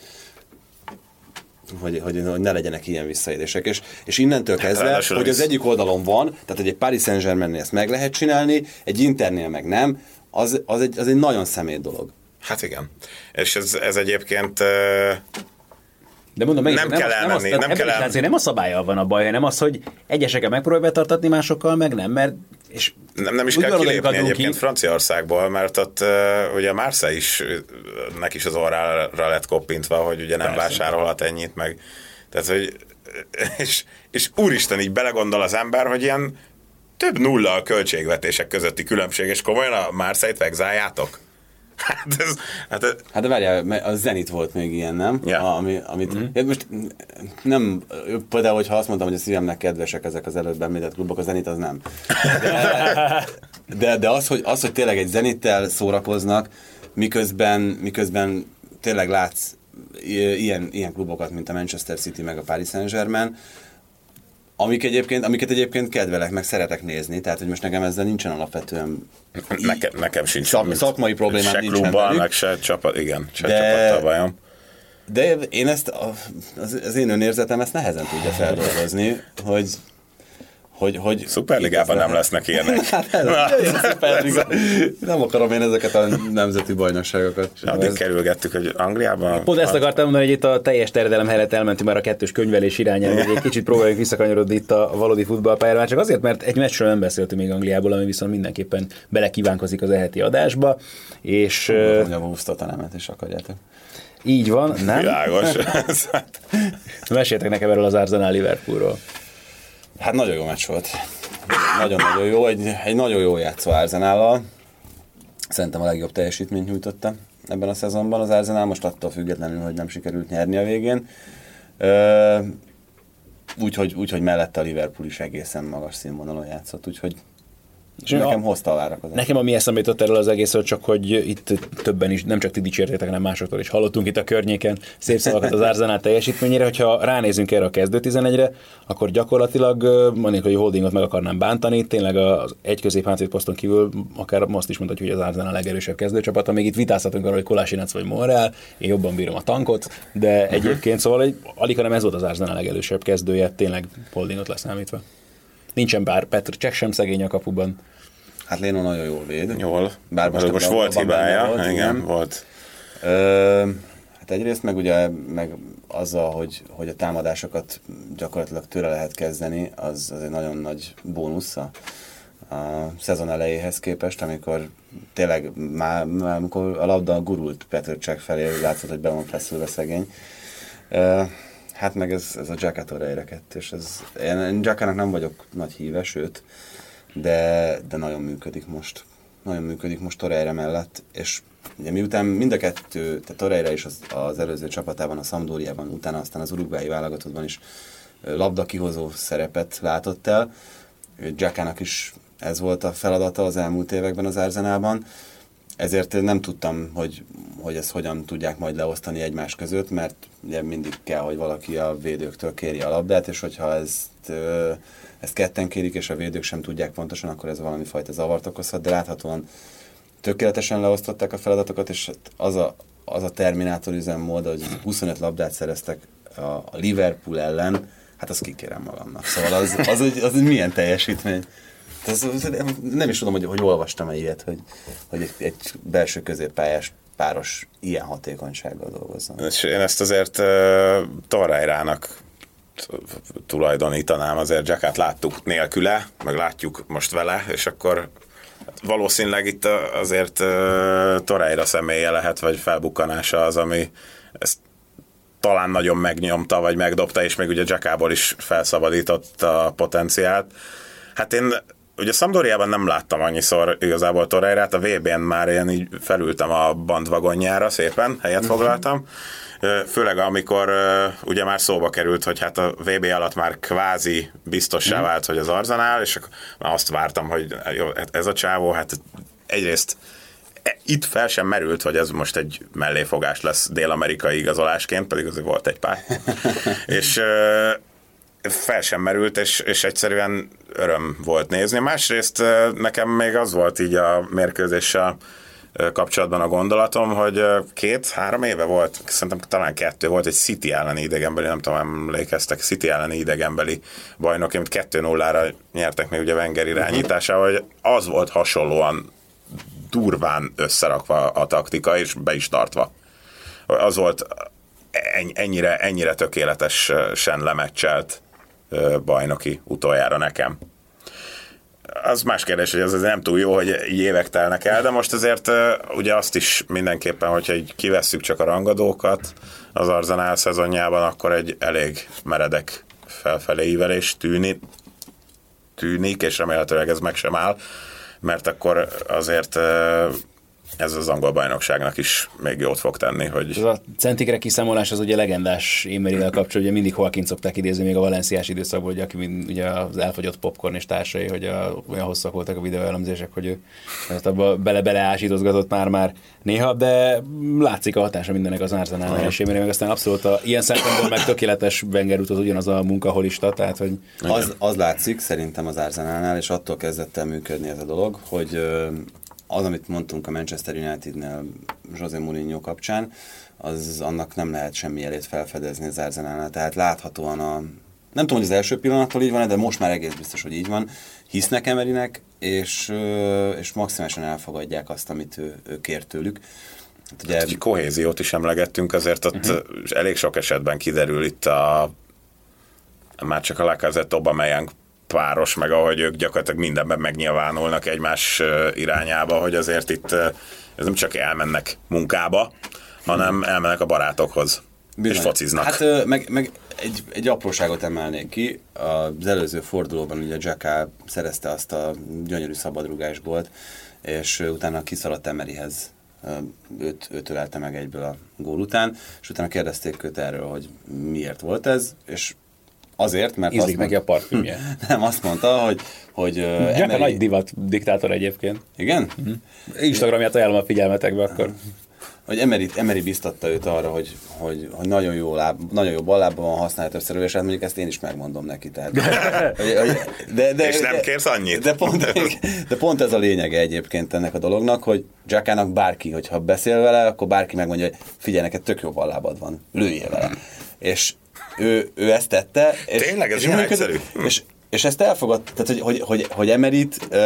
Hogy, hogy, hogy ne legyenek ilyen visszaélések. És, és innentől kezdve, hát, hogy az egyik oldalon van, tehát hogy egy Paris Saint-Germainnél ezt meg lehet csinálni, egy Internél meg nem, az, az, egy, az egy nagyon szemét dolog.
Hát igen. És ez, ez egyébként...
De mondom, meg
nem,
nem
kell
nem, az,
elmenni, nem kell
el... nem a szabállyal van a baj, hanem az, hogy egyeseket megpróbálja betartatni, másokkal meg nem, mert és
nem, nem is kell kilépni egyébként ki. Franciaországból, mert ott uh, ugye Marseille is, neki is az orrára lett koppintva, hogy ugye nem Persze. vásárolhat ennyit, meg tehát, hogy és, és úristen, így belegondol az ember, hogy ilyen több nulla a költségvetések közötti különbség, és komolyan a Marseille-t vegzáljátok? Hát, ez, hát, ez...
hát de várjál, a Zenit volt még ilyen, nem?
Ja.
A, ami, amit, mm-hmm. Most nem, például, hogyha azt mondtam, hogy a szívemnek kedvesek ezek az előbb említett klubok, a Zenit az nem. De, de, de az, hogy, az, hogy tényleg egy Zenittel szórakoznak, miközben, miközben tényleg látsz ilyen, ilyen klubokat, mint a Manchester City meg a Paris Saint-Germain, Amik egyébként, amiket egyébként kedvelek, meg szeretek nézni, tehát hogy most nekem ezzel nincsen alapvetően
Nekem, nekem sincs
szak, szakmai problémám
se
nincsen
klubban,
velük.
meg se csapat, igen, se
de,
csapattal bajom.
De én ezt, az, az én önérzetem ezt nehezen tudja feldolgozni, hogy Hogy, hogy
Szuperligában nem lesznek ilyenek.
Hát ez, Szuperliga. Nem akarom én ezeket a nemzeti bajnokságokat.
Addig kerülgettük, hogy Angliában...
Pont ezt akartam mondani, hogy itt a teljes terjedelem helyett elmentünk már a kettős könyvelés irányába, hogy egy kicsit próbáljuk visszakanyarodni itt a valódi futballpályára, már csak azért, mert egy meccsről nem beszéltünk még Angliából, ami viszont mindenképpen belekívánkozik az eheti adásba. És...
Mondom, a Wusztatanemet is akarjátok.
Így van, nem?
Világos.
Meséltek nekem erről az Arsenal Liverpoolról.
Hát nagyon jó meccs volt. Nagyon-nagyon jó. Egy, egy nagyon jó játszó Arsenallal. Szerintem a legjobb teljesítményt nyújtotta ebben a szezonban az Arsenal, most attól függetlenül, hogy nem sikerült nyerni a végén. Úgyhogy úgy, hogy mellette a Liverpool is egészen magas színvonalon játszott, úgyhogy és nekem a, hozta a várakozást.
Nekem ami eszembe jutott erről az egészről, csak hogy itt többen is, nem csak ti dicsértétek, hanem másoktól is hallottunk itt a környéken szép szavakat az Arsenal teljesítményére. Hogyha ránézünk erre a kezdő tizenegyre, akkor gyakorlatilag mondjuk, hogy Holdingot meg akarnám bántani, tényleg az egy középhátvéd poszton kívül akár most is mondhatjuk, hogy az Arsenal a legerősebb kezdőcsapata. Még itt vitázhatunk arról, hogy Kolasinac vagy Monreal, én jobban bírom a tankot, de uh-huh. egyébként szóval hogy alig, hanem ez volt az Arsenal a legerősebb kezdője, tényleg Holdingot leszámítva. Nincsen bár Petr Cech sem szegény a kapuban.
Hát Léno nagyon jól véd.
Jól. Bár most, most volt hibája. Volt, igen, igen, volt.
Ö, hát egyrészt meg ugye meg azzal, hogy, hogy a támadásokat gyakorlatilag tőle lehet kezdeni, az, az egy nagyon nagy bónusz a, a szezon elejéhez képest, amikor tényleg már, már amikor a labda gurult Petr Cech felé, látszott, hogy be van feszülve szegény. Ö, Hát meg ez, ez a Xhaka Torreira kettős. Ez, én Xhakának nem vagyok nagy híve, sőt, de, de nagyon működik most. Nagyon működik most Torreira mellett, és ugye miután mind a kettő, tehát Torreira is az, az előző csapatában, a Sampdoriában, utána aztán az uruguayi válogatottban is labdakihozó szerepet látott el. Xhakának is ez volt a feladata az elmúlt években az Arsenalban, ezért nem tudtam, hogy, hogy ezt hogyan tudják majd leosztani egymás között, mert ugye mindig kell, hogy valaki a védőktől kérje a labdát, és hogyha ezt, ezt ketten kérik, és a védők sem tudják pontosan, akkor ez valami fajta zavart okozhat, de láthatóan tökéletesen leosztották a feladatokat, és az a, az a Terminátor üzemmód, hogy huszonöt labdát szereztek a Liverpool ellen, hát azt kikérem magamnak. Szóval az, az, egy, az egy milyen teljesítmény. Ez, nem is tudom, hogy, hogy olvastam-e ilyet, hogy, hogy egy, egy belső középpályás páros ilyen hatékonysággal dolgozzon.
És én ezt azért uh, Torreirának tulajdonítanám, azért Xhakát láttuk nélküle, meg látjuk most vele, és akkor valószínűleg itt azért uh, Torreira személye lehet, vagy felbukkanása az, ami ezt talán nagyon megnyomta, vagy megdobta, és még ugye Xhakából is felszabadított a potenciált. Hát én ugye Sampdoriában nem láttam annyiszor igazából Torreirát, a vé bén már én így felültem a bandvagonjára, szépen helyet foglaltam. Főleg amikor ugye már szóba került, hogy hát a vé bé alatt már kvázi biztossá vált, hogy az Arsenal, és akkor már azt vártam, hogy jó, ez a csávó, hát egyrészt itt fel sem merült, hogy ez most egy melléfogás lesz dél-amerikai igazolásként, pedig azért volt egy pár. és fel sem merült, és, és egyszerűen öröm volt nézni. Másrészt nekem még az volt így a mérkőzéssel kapcsolatban a gondolatom, hogy két-három éve volt, szerintem talán kettő volt, egy City elleni idegenbeli, nem tudom, emlékeztek, City elleni idegenbeli bajnok, amit kettő nullára nyertek még ugye Wenger irányításával, hogy az volt hasonlóan durván összerakva a taktika, és be is tartva. Az volt ennyire, ennyire tökéletesen lemecselt bajnoki utoljára nekem. Az más kérdés, hogy az azért nem túl jó, hogy évek telnek el, de most azért ugye azt is mindenképpen, hogyha így kivesszük csak a rangadókat az Arsenal szezonjában, akkor egy elég meredek felfelé ívelés tűnik, tűnik, és remélhetőleg ez meg sem áll, mert akkor azért ez az angol bajnokságnak is még jót fog tenni. Hogy...
Ez a centikre kiszámolás az ugye legendás Emeryvel kapcsolatban, ugye mindig Joaquin szokták idézni még a valenciás időszakból, hogy aki mind, ugye az elfogyott popcorn és társai, hogy a, olyan hosszak voltak a videóelemzések, hogy ő abba bele-bele ásítozgatott már-már néha, de látszik a hatása mindennek az Arsenalnál, és Emery meg aztán abszolút a, ilyen szempontból meg tökéletes Wenger út az ugyanaz a munkaholista, tehát hogy...
Az, az látszik szerintem az Arsenalnál, és attól kezdett el működni ez a dolog, hogy az, amit mondtunk a Manchester Unitednél José Mourinho kapcsán, az annak nem lehet semmi jelét felfedezni az Arsenalnál. Tehát láthatóan a... Nem tudom, hogy az első pillanattól így van, de most már egész biztos, hogy így van. Hisznek Emerynek, és, és maximálisan elfogadják azt, amit ő, ő kér tőlük.
Hát ugye... hát, kohéziót is emlegettünk, azért ott uh-huh. elég sok esetben kiderül itt a... már csak a Lacazette Aubameyang páros, meg ahogy ők gyakorlatilag mindenben megnyilvánulnak egymás irányába, hogy azért itt ez nem csak elmennek munkába, hanem elmennek a barátokhoz, bizony. És fociznak.
Hát meg, meg egy, egy apróságot emelnék ki. Az előző fordulóban ugye Xhaka szerezte azt a gyönyörű szabadrugás gólt, és utána kiszaladt Emeryhez. Őt, őt ölelte meg egyből a gól után, és utána kérdezték őt erről, hogy miért volt ez, és azért, mert
ízlik neki
mond...
a parfümje.
Nem, azt mondta, hogy... hogy
uh, Emery... nagy divat diktátor egyébként.
Igen?
Uh-huh. Instagramját ajánlom a figyelmetekbe akkor.
Hogy Emery, Emery biztatta őt arra, hogy, hogy, hogy nagyon jó láb, nagyon jó ballábban van használja többször, és hát mondjuk ezt én is megmondom neki. Tehát, hogy, hogy,
de, de, és nem de, kérsz annyit.
De pont, de pont ez a lényege egyébként ennek a dolognak, hogy Xhakának bárki, hogyha beszél vele, akkor bárki megmondja, hogy figyelj, neked tök jó ballábad van, lőjél vele. És ő, ő ezt tette. És,
tényleg, ez
és,
ilyen egyszerű.
És, és ezt elfogadt, tehát hogy, hogy, hogy, hogy Emeryt uh,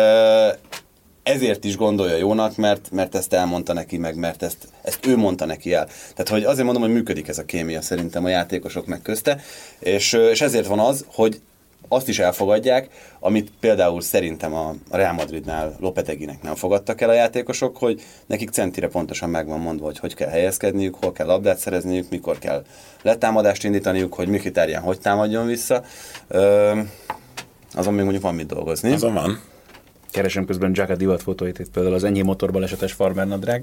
ezért is gondolja jónak, mert, mert ezt elmondta neki, meg mert ezt, ezt ő mondta neki el. Tehát hogy azért mondom, hogy működik ez a kémia szerintem a játékosok meg közte, és, és ezért van az, hogy azt is elfogadják, amit például szerintem a Real Madridnál Lopeteginek nem fogadtak el a játékosok, hogy nekik centire pontosan meg van mondva, hogy hogy kell helyezkedniük, hol kell labdát szerezniük, mikor kell letámadást indítaniuk, hogy Mkhitaryan hogy támadjon vissza. Ö, azon még mondjuk van mit dolgozni.
Azon van.
Keresem közben Xhaka divat fotóit, itt például az enyhém motorbalesetes farmer nadrág.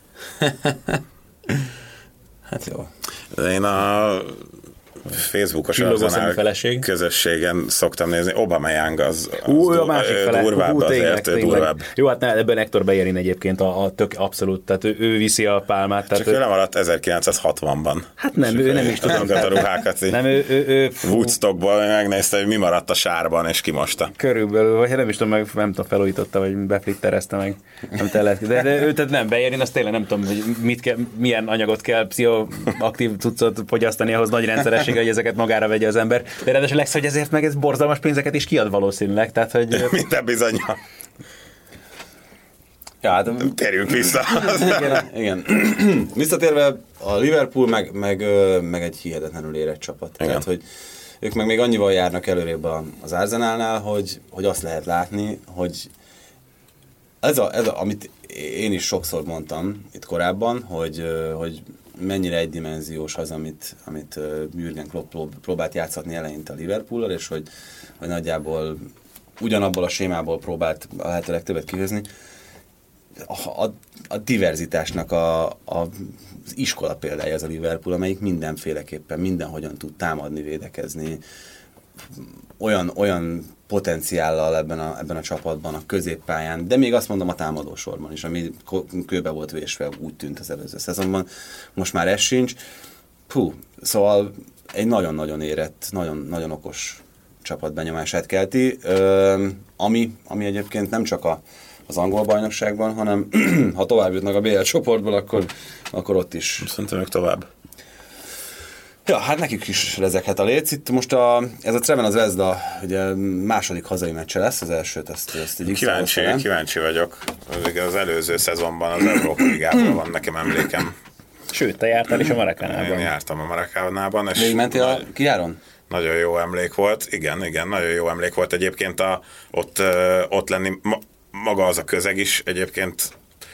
Hát jó.
Én a Facebookos Arsenal közösségen szoktam nézni, Aubameyang az, az
Ú, a másik fele.
durvább,
Hú, tényleg,
azért
tényleg.
durvább.
Jó, hát ne, ebben Hector Bellerin egyébként a, a tök abszolút, tehát ő, ő viszi a pálmát.
Csak ő lemaradt ezerkilencszázhatvanban.
Hát nem, ő nem is tudom.
A ruhákat
nem, ő, ő, ő
Woodstockból megnézte, hogy mi maradt a sárban, és kimosta.
Körülbelül, vagy nem is tudom, meg nem tudom, felújította, vagy beflitterezte meg. Nem tellett. De, de ő tehát nem, Bellerin, az tényleg nem tudom, hogy mit kell, milyen anyagot kell pszichoaktív cuccot fogyasztani ahhoz nagy rendszeressége, hogy ezeket magára vegye az ember. De ráadásul legsz, hogy ezért meg ez borzalmas pénzeket is kiad valószínűleg. Tehát, hogy...
Minden bizonnyal.
Ja, hát...
Térjünk vissza.
igen, igen. Visszatérve a Liverpool meg, meg, meg egy hihetetlenül érett csapat. Igen. Tehát, hogy ők meg még annyival járnak előrébb az Arsenalnál, hogy, hogy azt lehet látni, hogy ez, a, ez a, amit én is sokszor mondtam itt korábban, hogy, hogy mennyire egydimenziós az, amit, amit Jürgen Klopp próbált játszatni eleinte a Liverpool-al, és hogy, hogy nagyjából ugyanabból a sémából próbált a lehető legtöbbet kihozni. A, a, a diverzitásnak a, a, az iskola példája ez a Liverpool, amelyik mindenféleképpen, mindenhogyan tud támadni, védekezni. olyan, olyan potenciállal ebben a, ebben a csapatban, a középpályán, de még azt mondom a támadósorban is, ami kőbe volt vésve, úgy tűnt az előző szezonban. Most már ez sincs. Hú, szóval egy nagyon-nagyon érett, nagyon, nagyon okos csapat benyomását kelti, ö, ami, ami egyébként nem csak a, az angol bajnokságban, hanem ha tovább jutnak a bé el csoportból, akkor, akkor ott is.
Szerintem ők tovább.
Ja, hát nekik is rezeghet a léc. Itt most a, ez a Crvena Zvezda ugye második hazai meccse lesz, az elsőt ezt, ezt így
kíváncsi, kíváncsi vagyok. Az előző szezonban az Európa Ligában van nekem emlékem.
Sőt, te jártál is a Marakánában.
Én jártam a Marakánában.
Még mentél a kijáron?
Nagyon jó emlék volt, igen, igen, nagyon jó emlék volt egyébként a, ott, ott lenni, ma, maga az a közeg is egyébként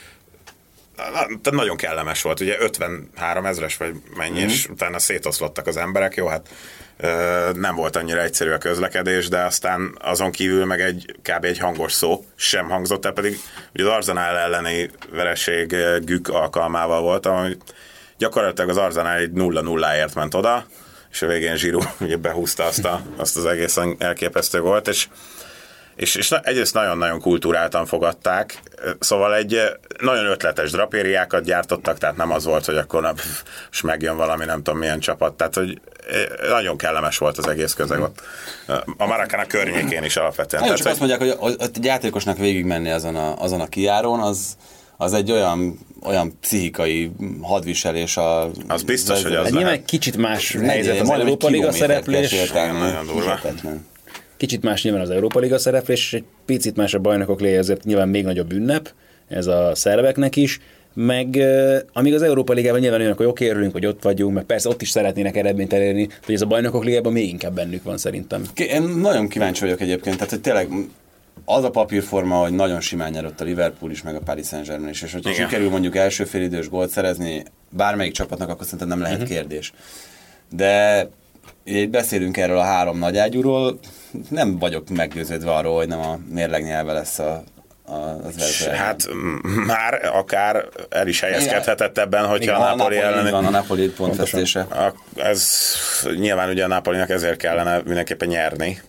na, nagyon kellemes volt, ugye ötvenhárom ezres vagy mennyi, mm. és utána szétoszlottak az emberek, jó, hát nem volt annyira egyszerű a közlekedés, de aztán azon kívül meg egy kb. Egy hangos szó sem hangzott el, pedig ugye az Arsenal elleni vereség Gük alkalmával volt, ami gyakorlatilag az Arsenal egy nulla nulláért ment oda, és a végén Giroud ugye behúzta azt, a, azt az egészen elképesztő volt, és, és, és egyrészt nagyon-nagyon kultúráltan fogadták, szóval egy nagyon ötletes drapériákat gyártottak, tehát nem az volt, hogy akkor na, pff, és megjön valami nem tudom milyen csapat, tehát hogy nagyon kellemes volt az egész közeg ott. A Maracana környékén is alapvetően.
Nagyon
tehát,
csak hogy... azt mondják, hogy egy játékosnak végigmenni azon a, azon a kijárón, az az egy olyan, olyan pszichikai hadviselés a...
Az biztos, hogy az
lehet. Nyilván kicsit más helyzet az Európa Liga szereplés.
Nagyon durva.
Kicsit más nyilván az Európa Liga szereplés, és egy picit más a bajnokok légy, ezért nyilván még nagyobb ünnep, ez a szerveknek is, meg uh, amíg az Európa Ligában nyilván olyanok, hogy oké, örülünk, hogy ott vagyunk, meg persze ott is szeretnének eredményt elérni, hogy ez a bajnokok ligában még inkább bennük van szerintem.
Én nagyon kíváncsi vagyok egyébként, tehát hogy tényleg az a papírforma, hogy nagyon simán nyerett a Liverpool is, meg a Paris Saint-Germain is, és hogyha
igen.
sikerül mondjuk első félidős gólt szerezni bármelyik csapatnak, akkor szerintem nem lehet uh-huh. kérdés. De így beszélünk erről a három nagyágyúról, nem vagyok meggyőződve arról, hogy nem a mérleg nyelve lesz a, a, az vezető.
Hát már akár el is helyezkedhetett ebben, hogyha igen, a Napoli ellen...
Van a Napoli pontvesztése.
Ez nyilván ugye a Napolinak ezért kellene mindenképpen nyerni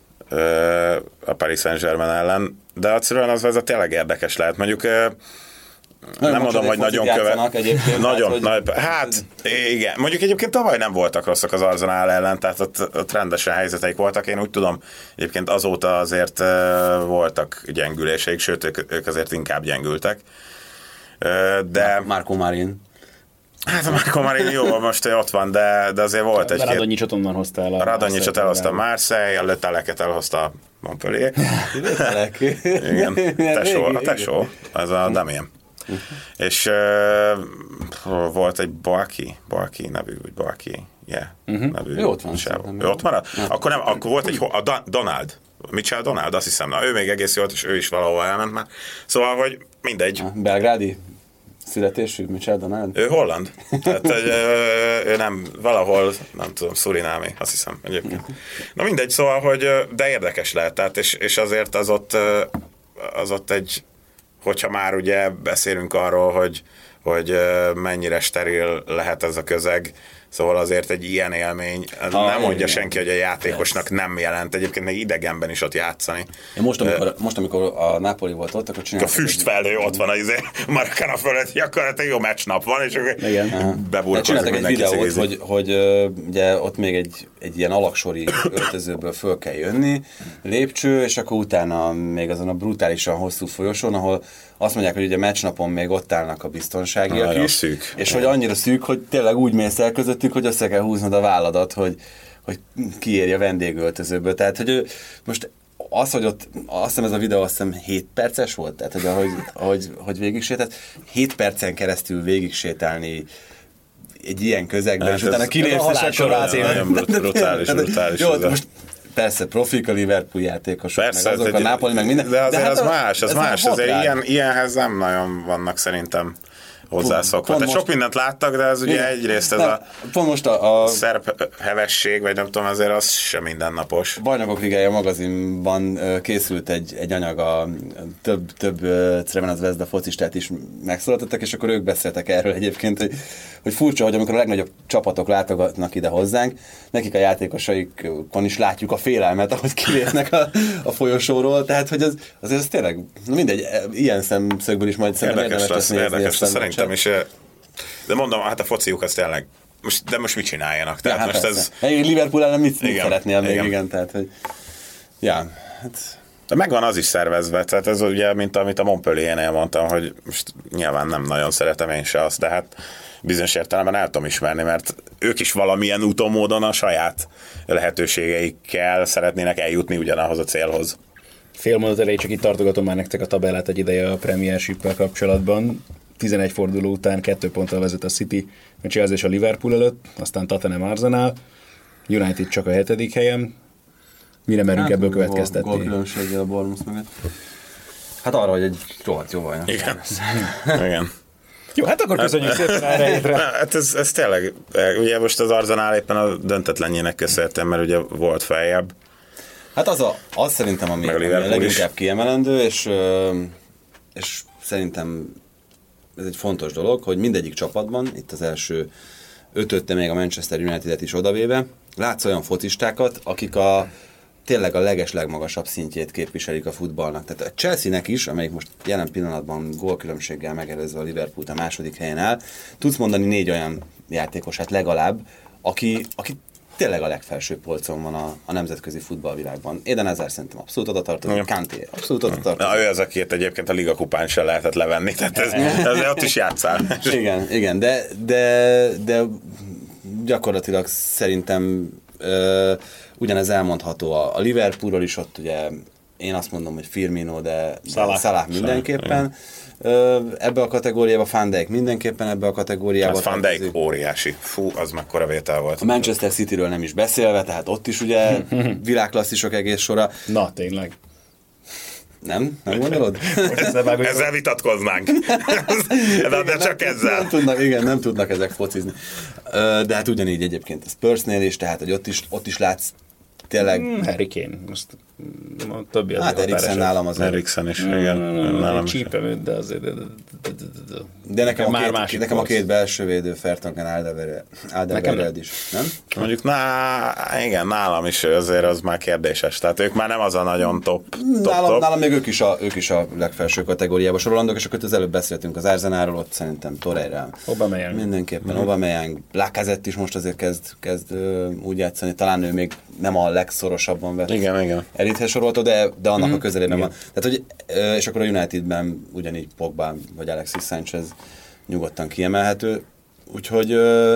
a Paris Saint-Germain ellen, de egyszerűen az vezet tényleg érdekes lehet. Mondjuk nem, nem mondom, hogy nagyon követ. Nagyon, hát, nagy, hát igen. Mondjuk egyébként tavaly nem voltak rosszak az Arsenal ellen, tehát ott, ott rendesen helyzeteik voltak. Én úgy tudom, egyébként azóta azért voltak gyengüléseik, sőt, ők, ők azért inkább gyengültek. De...
Marco Marin.
Hát a Marco Marin jó, most ott van, de, de azért volt egy...
Radonjicsot onnan hozta el.
A Radonjicsot elhozta a Marseille, a Le Teleket elhozta a Montpellier. Igen, tesó, a tesó, ez a Damien. Uh-huh. És uh, volt egy Balki, Balki nevű, vagy Balki, yeah, uh-huh. nevű.
Ő ott van.
Ő ott maradt? Akkor nem, akkor volt egy, a da, Donald, Michel Donald, azt hiszem, na ő még egész jó, és ő is valahol elment már. Szóval, hogy mindegy.
A belgrádi születésű Michel Donald?
Ő holland. Tehát egy, ő nem, valahol, nem tudom, szurinámi, azt hiszem egyébként. Na mindegy, szóval, hogy de érdekes lehet, tehát, és, és azért az ott, az ott egy, hogyha már ugye beszélünk arról, hogy, hogy mennyire steril lehet ez a közeg, szóval azért egy ilyen élmény, ah, nem mondja igen. senki, hogy a játékosnak nem jelent, egyébként még idegenben is ott játszani.
Ja, most, amikor, uh, most, amikor a Napoli volt ott, akkor csináltak...
A füstfelhő ott van az Maracana fölött, akkor egy jó meccsnap van, és akkor beburkoltak.
Csináltak egy videót, hogy, hogy ugye ott még egy, egy ilyen alaksori öltözőből föl kell jönni, lépcső, és akkor utána még azon a brutálisan hosszú folyosón, ahol azt mondják, hogy ugye meccsnapon még ott állnak a biztonságiak
ah,
is,
szűk.
és hogy annyira szűk, hogy tényleg úgy mész el közöttük, hogy össze kell húznod a válladat, hogy, hogy kiérj a vendégöltözőből. Tehát, hogy ő most az, hogy ott, azt hiszem ez a videó azt hiszem hét perces volt, tehát, hogy ahogy, ahogy, hogy végig sétált, hét percen keresztül végig sétálni egy ilyen közegben, hát és utána kilépsz, és akkor
nagyon brutális, brutális.
Jó, most persze, profik a Liverpool játékosok,
persze,
meg azok egy, a Napoli, meg minden.
De azért
de hát
az
a,
más, az
ez
más. Azért ilyen, ilyenhez nem nagyon vannak szerintem hozzászokva. Tehát sok mindent láttak, de ez ugye igen. egyrészt ez nem, a,
pont most a, a
szerb hevesség, vagy nem tudom, azért az sem mindennapos.
Bajnokok Ligája magazinban készült egy, egy anyag, a több, több Crvena Zvezda focistát is megszólaltattak, és akkor ők beszéltek erről egyébként, hogy, hogy furcsa, hogy amikor a legnagyobb csapatok látogatnak ide hozzánk, nekik a játékosaikon is látjuk a félelmet, ahogy kilépnek a, a folyosóról, tehát hogy az, azért ez tényleg, mindegy, ilyen szemszögből is majd szerintem
érdekes
érdemes
lesz, nézni. Érdekes lesz, szerintem is. De mondom, hát a fociuk az tényleg, most, de most mit csináljanak? Tehát ja, hát most ez...
Liverpool ellen mit, mit szeretnél még, igen, igen tehát hogy... Ja, hát...
De megvan az is szervezve, tehát ez ugye, mint amit a Montpellier-nél mondtam, hogy most nyilván nem nagyon szeretem én se azt, de hát bizonyos értelemben el tudom ismerni, mert ők is valamilyen úton, módon a saját lehetőségeikkel szeretnének eljutni ugyanahoz a célhoz.
Fél mondat elejé csak itt tartogatom már nektek a tabellát egy ideje a Premiership-pel kapcsolatban. tizenegy forduló után kettő ponttal vezet a City, a Chelsea és a Liverpool előtt, aztán Tottenham, Arsenal, United csak a hetedik helyen. Mire merünk hát, ebből következtetni?
Gól különbséggel a Bournemouth mögött. Hát arra, hogy egy rohadt jó bajnok.
Igen. Igen.
Jó, hát akkor köszönjük hát, szépen erre hétre.
Hát ez, ez tényleg, ugye most az Arsenal éppen a döntetlenjének köszönhetem, mert ugye volt feljebb.
Hát az, a, az szerintem, ami, ami a leginkább kiemelendő, és, és szerintem ez egy fontos dolog, hogy mindegyik csapatban, itt az első ötötte még a Manchester United-et is odavéve, látsz olyan focistákat, akik a tényleg a leges legmagasabb szintjét képviselik a futballnak. Tehát a Chelsea-nek is, amelyik most jelen pillanatban gólkülönbséggel megelőzve a Liverpoolt a második helyen áll, tudsz mondani négy olyan játékosát legalább, aki, aki tényleg a legfelső polcon van a, a nemzetközi futballvilágban. Eden Hazard szerintem abszolút oda tartozik, Kanté abszolút oda tartozik.
Na, ő az, akit egyébként a Liga kupán sem lehetett levenni, tehát ez, ez ott is játszál.
Igen, igen, de, de, de gyakorlatilag szerintem ö, ugyanez elmondható a, a Liverpoolról is, ott ugye én azt mondom, hogy Firmino, de Salah, Salah mindenképpen. Ö, ebbe a kategóriába, Van Dijk mindenképpen ebbe a kategóriába.
Az Van Dijk óriási. Fú, az mekkora vétel volt.
A Manchester Cityről nem is beszélve, tehát ott is ugye világklasszisok egész sora.
Na, tényleg.
Nem? Nem gondolod?
Ezzel, ezzel vitatkoznánk. de, de csak
nem,
ezzel.
Nem tudnak, igen, nem tudnak ezek focizni. De hát ugyanígy egyébként a Spursnél is, tehát hogy ott is, ott is látsz tényleg...
Mm, Harry Kane. Most a többi azért
hát Eriksen nálam azért.
Eriksen is, igen.
Mm, nálam is. Csípem, de azért... De, de,
de, de, de nekem, már a két, nekem a két belső védő, Fertongen, Alderweireld is, nem?
Mondjuk, ná, igen, nálam is azért az már kérdéses. Tehát ők már nem az a nagyon top, top,
nálam,
top.
Nálam még ők is, a, ők is a legfelső kategóriába sorolandók, és akkor az előbb beszéltünk az Arsenalról, ott szerintem Torreira.
Aubameyang.
Mindenképpen, mm. Aubameyang. Lacazette is most azért kezd, kezd úgy játszani, talán ő még nem a legszorosabban vett.
Igen, igen.
Elithez sorolta, de, de annak mm. a közelében igen. Van. Tehát, hogy, és akkor a Unitedben ugyanígy Pogba vagy Alexis Sanchez nyugodtan kiemelhető. Úgyhogy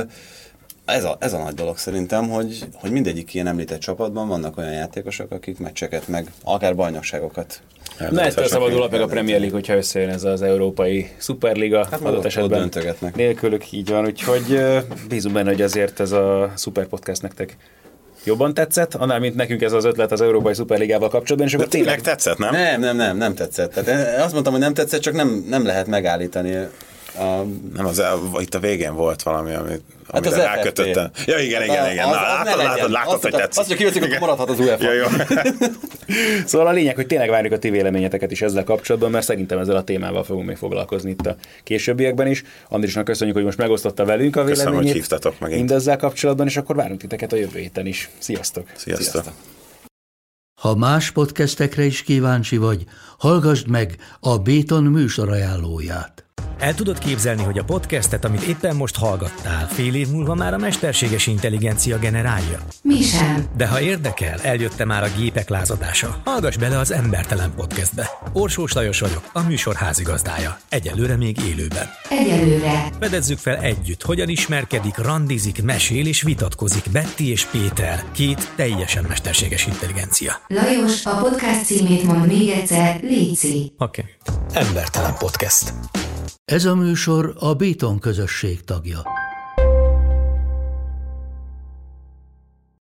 ez a, ez a nagy dolog szerintem, hogy, hogy mindegyik ilyen említett csapatban vannak olyan játékosok, akik meccseket, meg akár bajnokságokat.
Na, ettől szabadul meg a Premier League, hogyha összejön ez az európai Superliga, hát adott esetben nélkülük, így van, úgyhogy bízunk benne, hogy azért ez a Super Podcast nektek jobban tetszett, annál, mint nekünk ez az ötlet az Európai Szuperligával kapcsolatban. És
de tényleg tetszett, nem?
Nem, nem, nem, nem tetszett. Tehát azt mondtam, hogy nem tetszett, csak nem, nem lehet megállítani. A...
Nem, az, itt a végén volt valami, amit hát amire rákötöttem. Ja, igen, igen, igen. Na, látod, látod, látod, hogy tetszett.
Azt, hogy kiveszik, akkor maradhat az UEFA.
Ja, jó.
Szóval a lényeg, hogy tényleg várjuk a ti véleményeteket is ezzel kapcsolatban, mert szerintem ezzel a témával fogunk még foglalkozni itt a későbbiekben is. Andrisnak köszönjük, hogy most megosztotta velünk a véleményét.
Köszönöm, hogy hívtatok megint.
Mindezzel kapcsolatban, és akkor várunk titeket a jövő héten is. Sziasztok!
Sziasztok! Sziasztok.
Ha más podcastekre is kíváncsi vagy, hallgassd meg a Béton műsor ajánlóját.
El tudod képzelni, hogy a podcastet, amit éppen most hallgattál, fél év múlva már a mesterséges intelligencia generálja?
Mi sem.
De ha érdekel, eljött már a gépek lázadása. Hallgass bele az Embertelen Podcastbe. Orsós Lajos vagyok, a műsor házigazdája. Egyelőre még élőben.
Egyelőre.
Fedezzük fel együtt, hogyan ismerkedik, randizik, mesél és vitatkozik Betty és Péter, két teljesen mesterséges intelligencia.
Lajos, a podcast címét mond még egyszer, léci.
Oké. Okay. Embertelen Podcast.
Ez a műsor a Béton közösség tagja.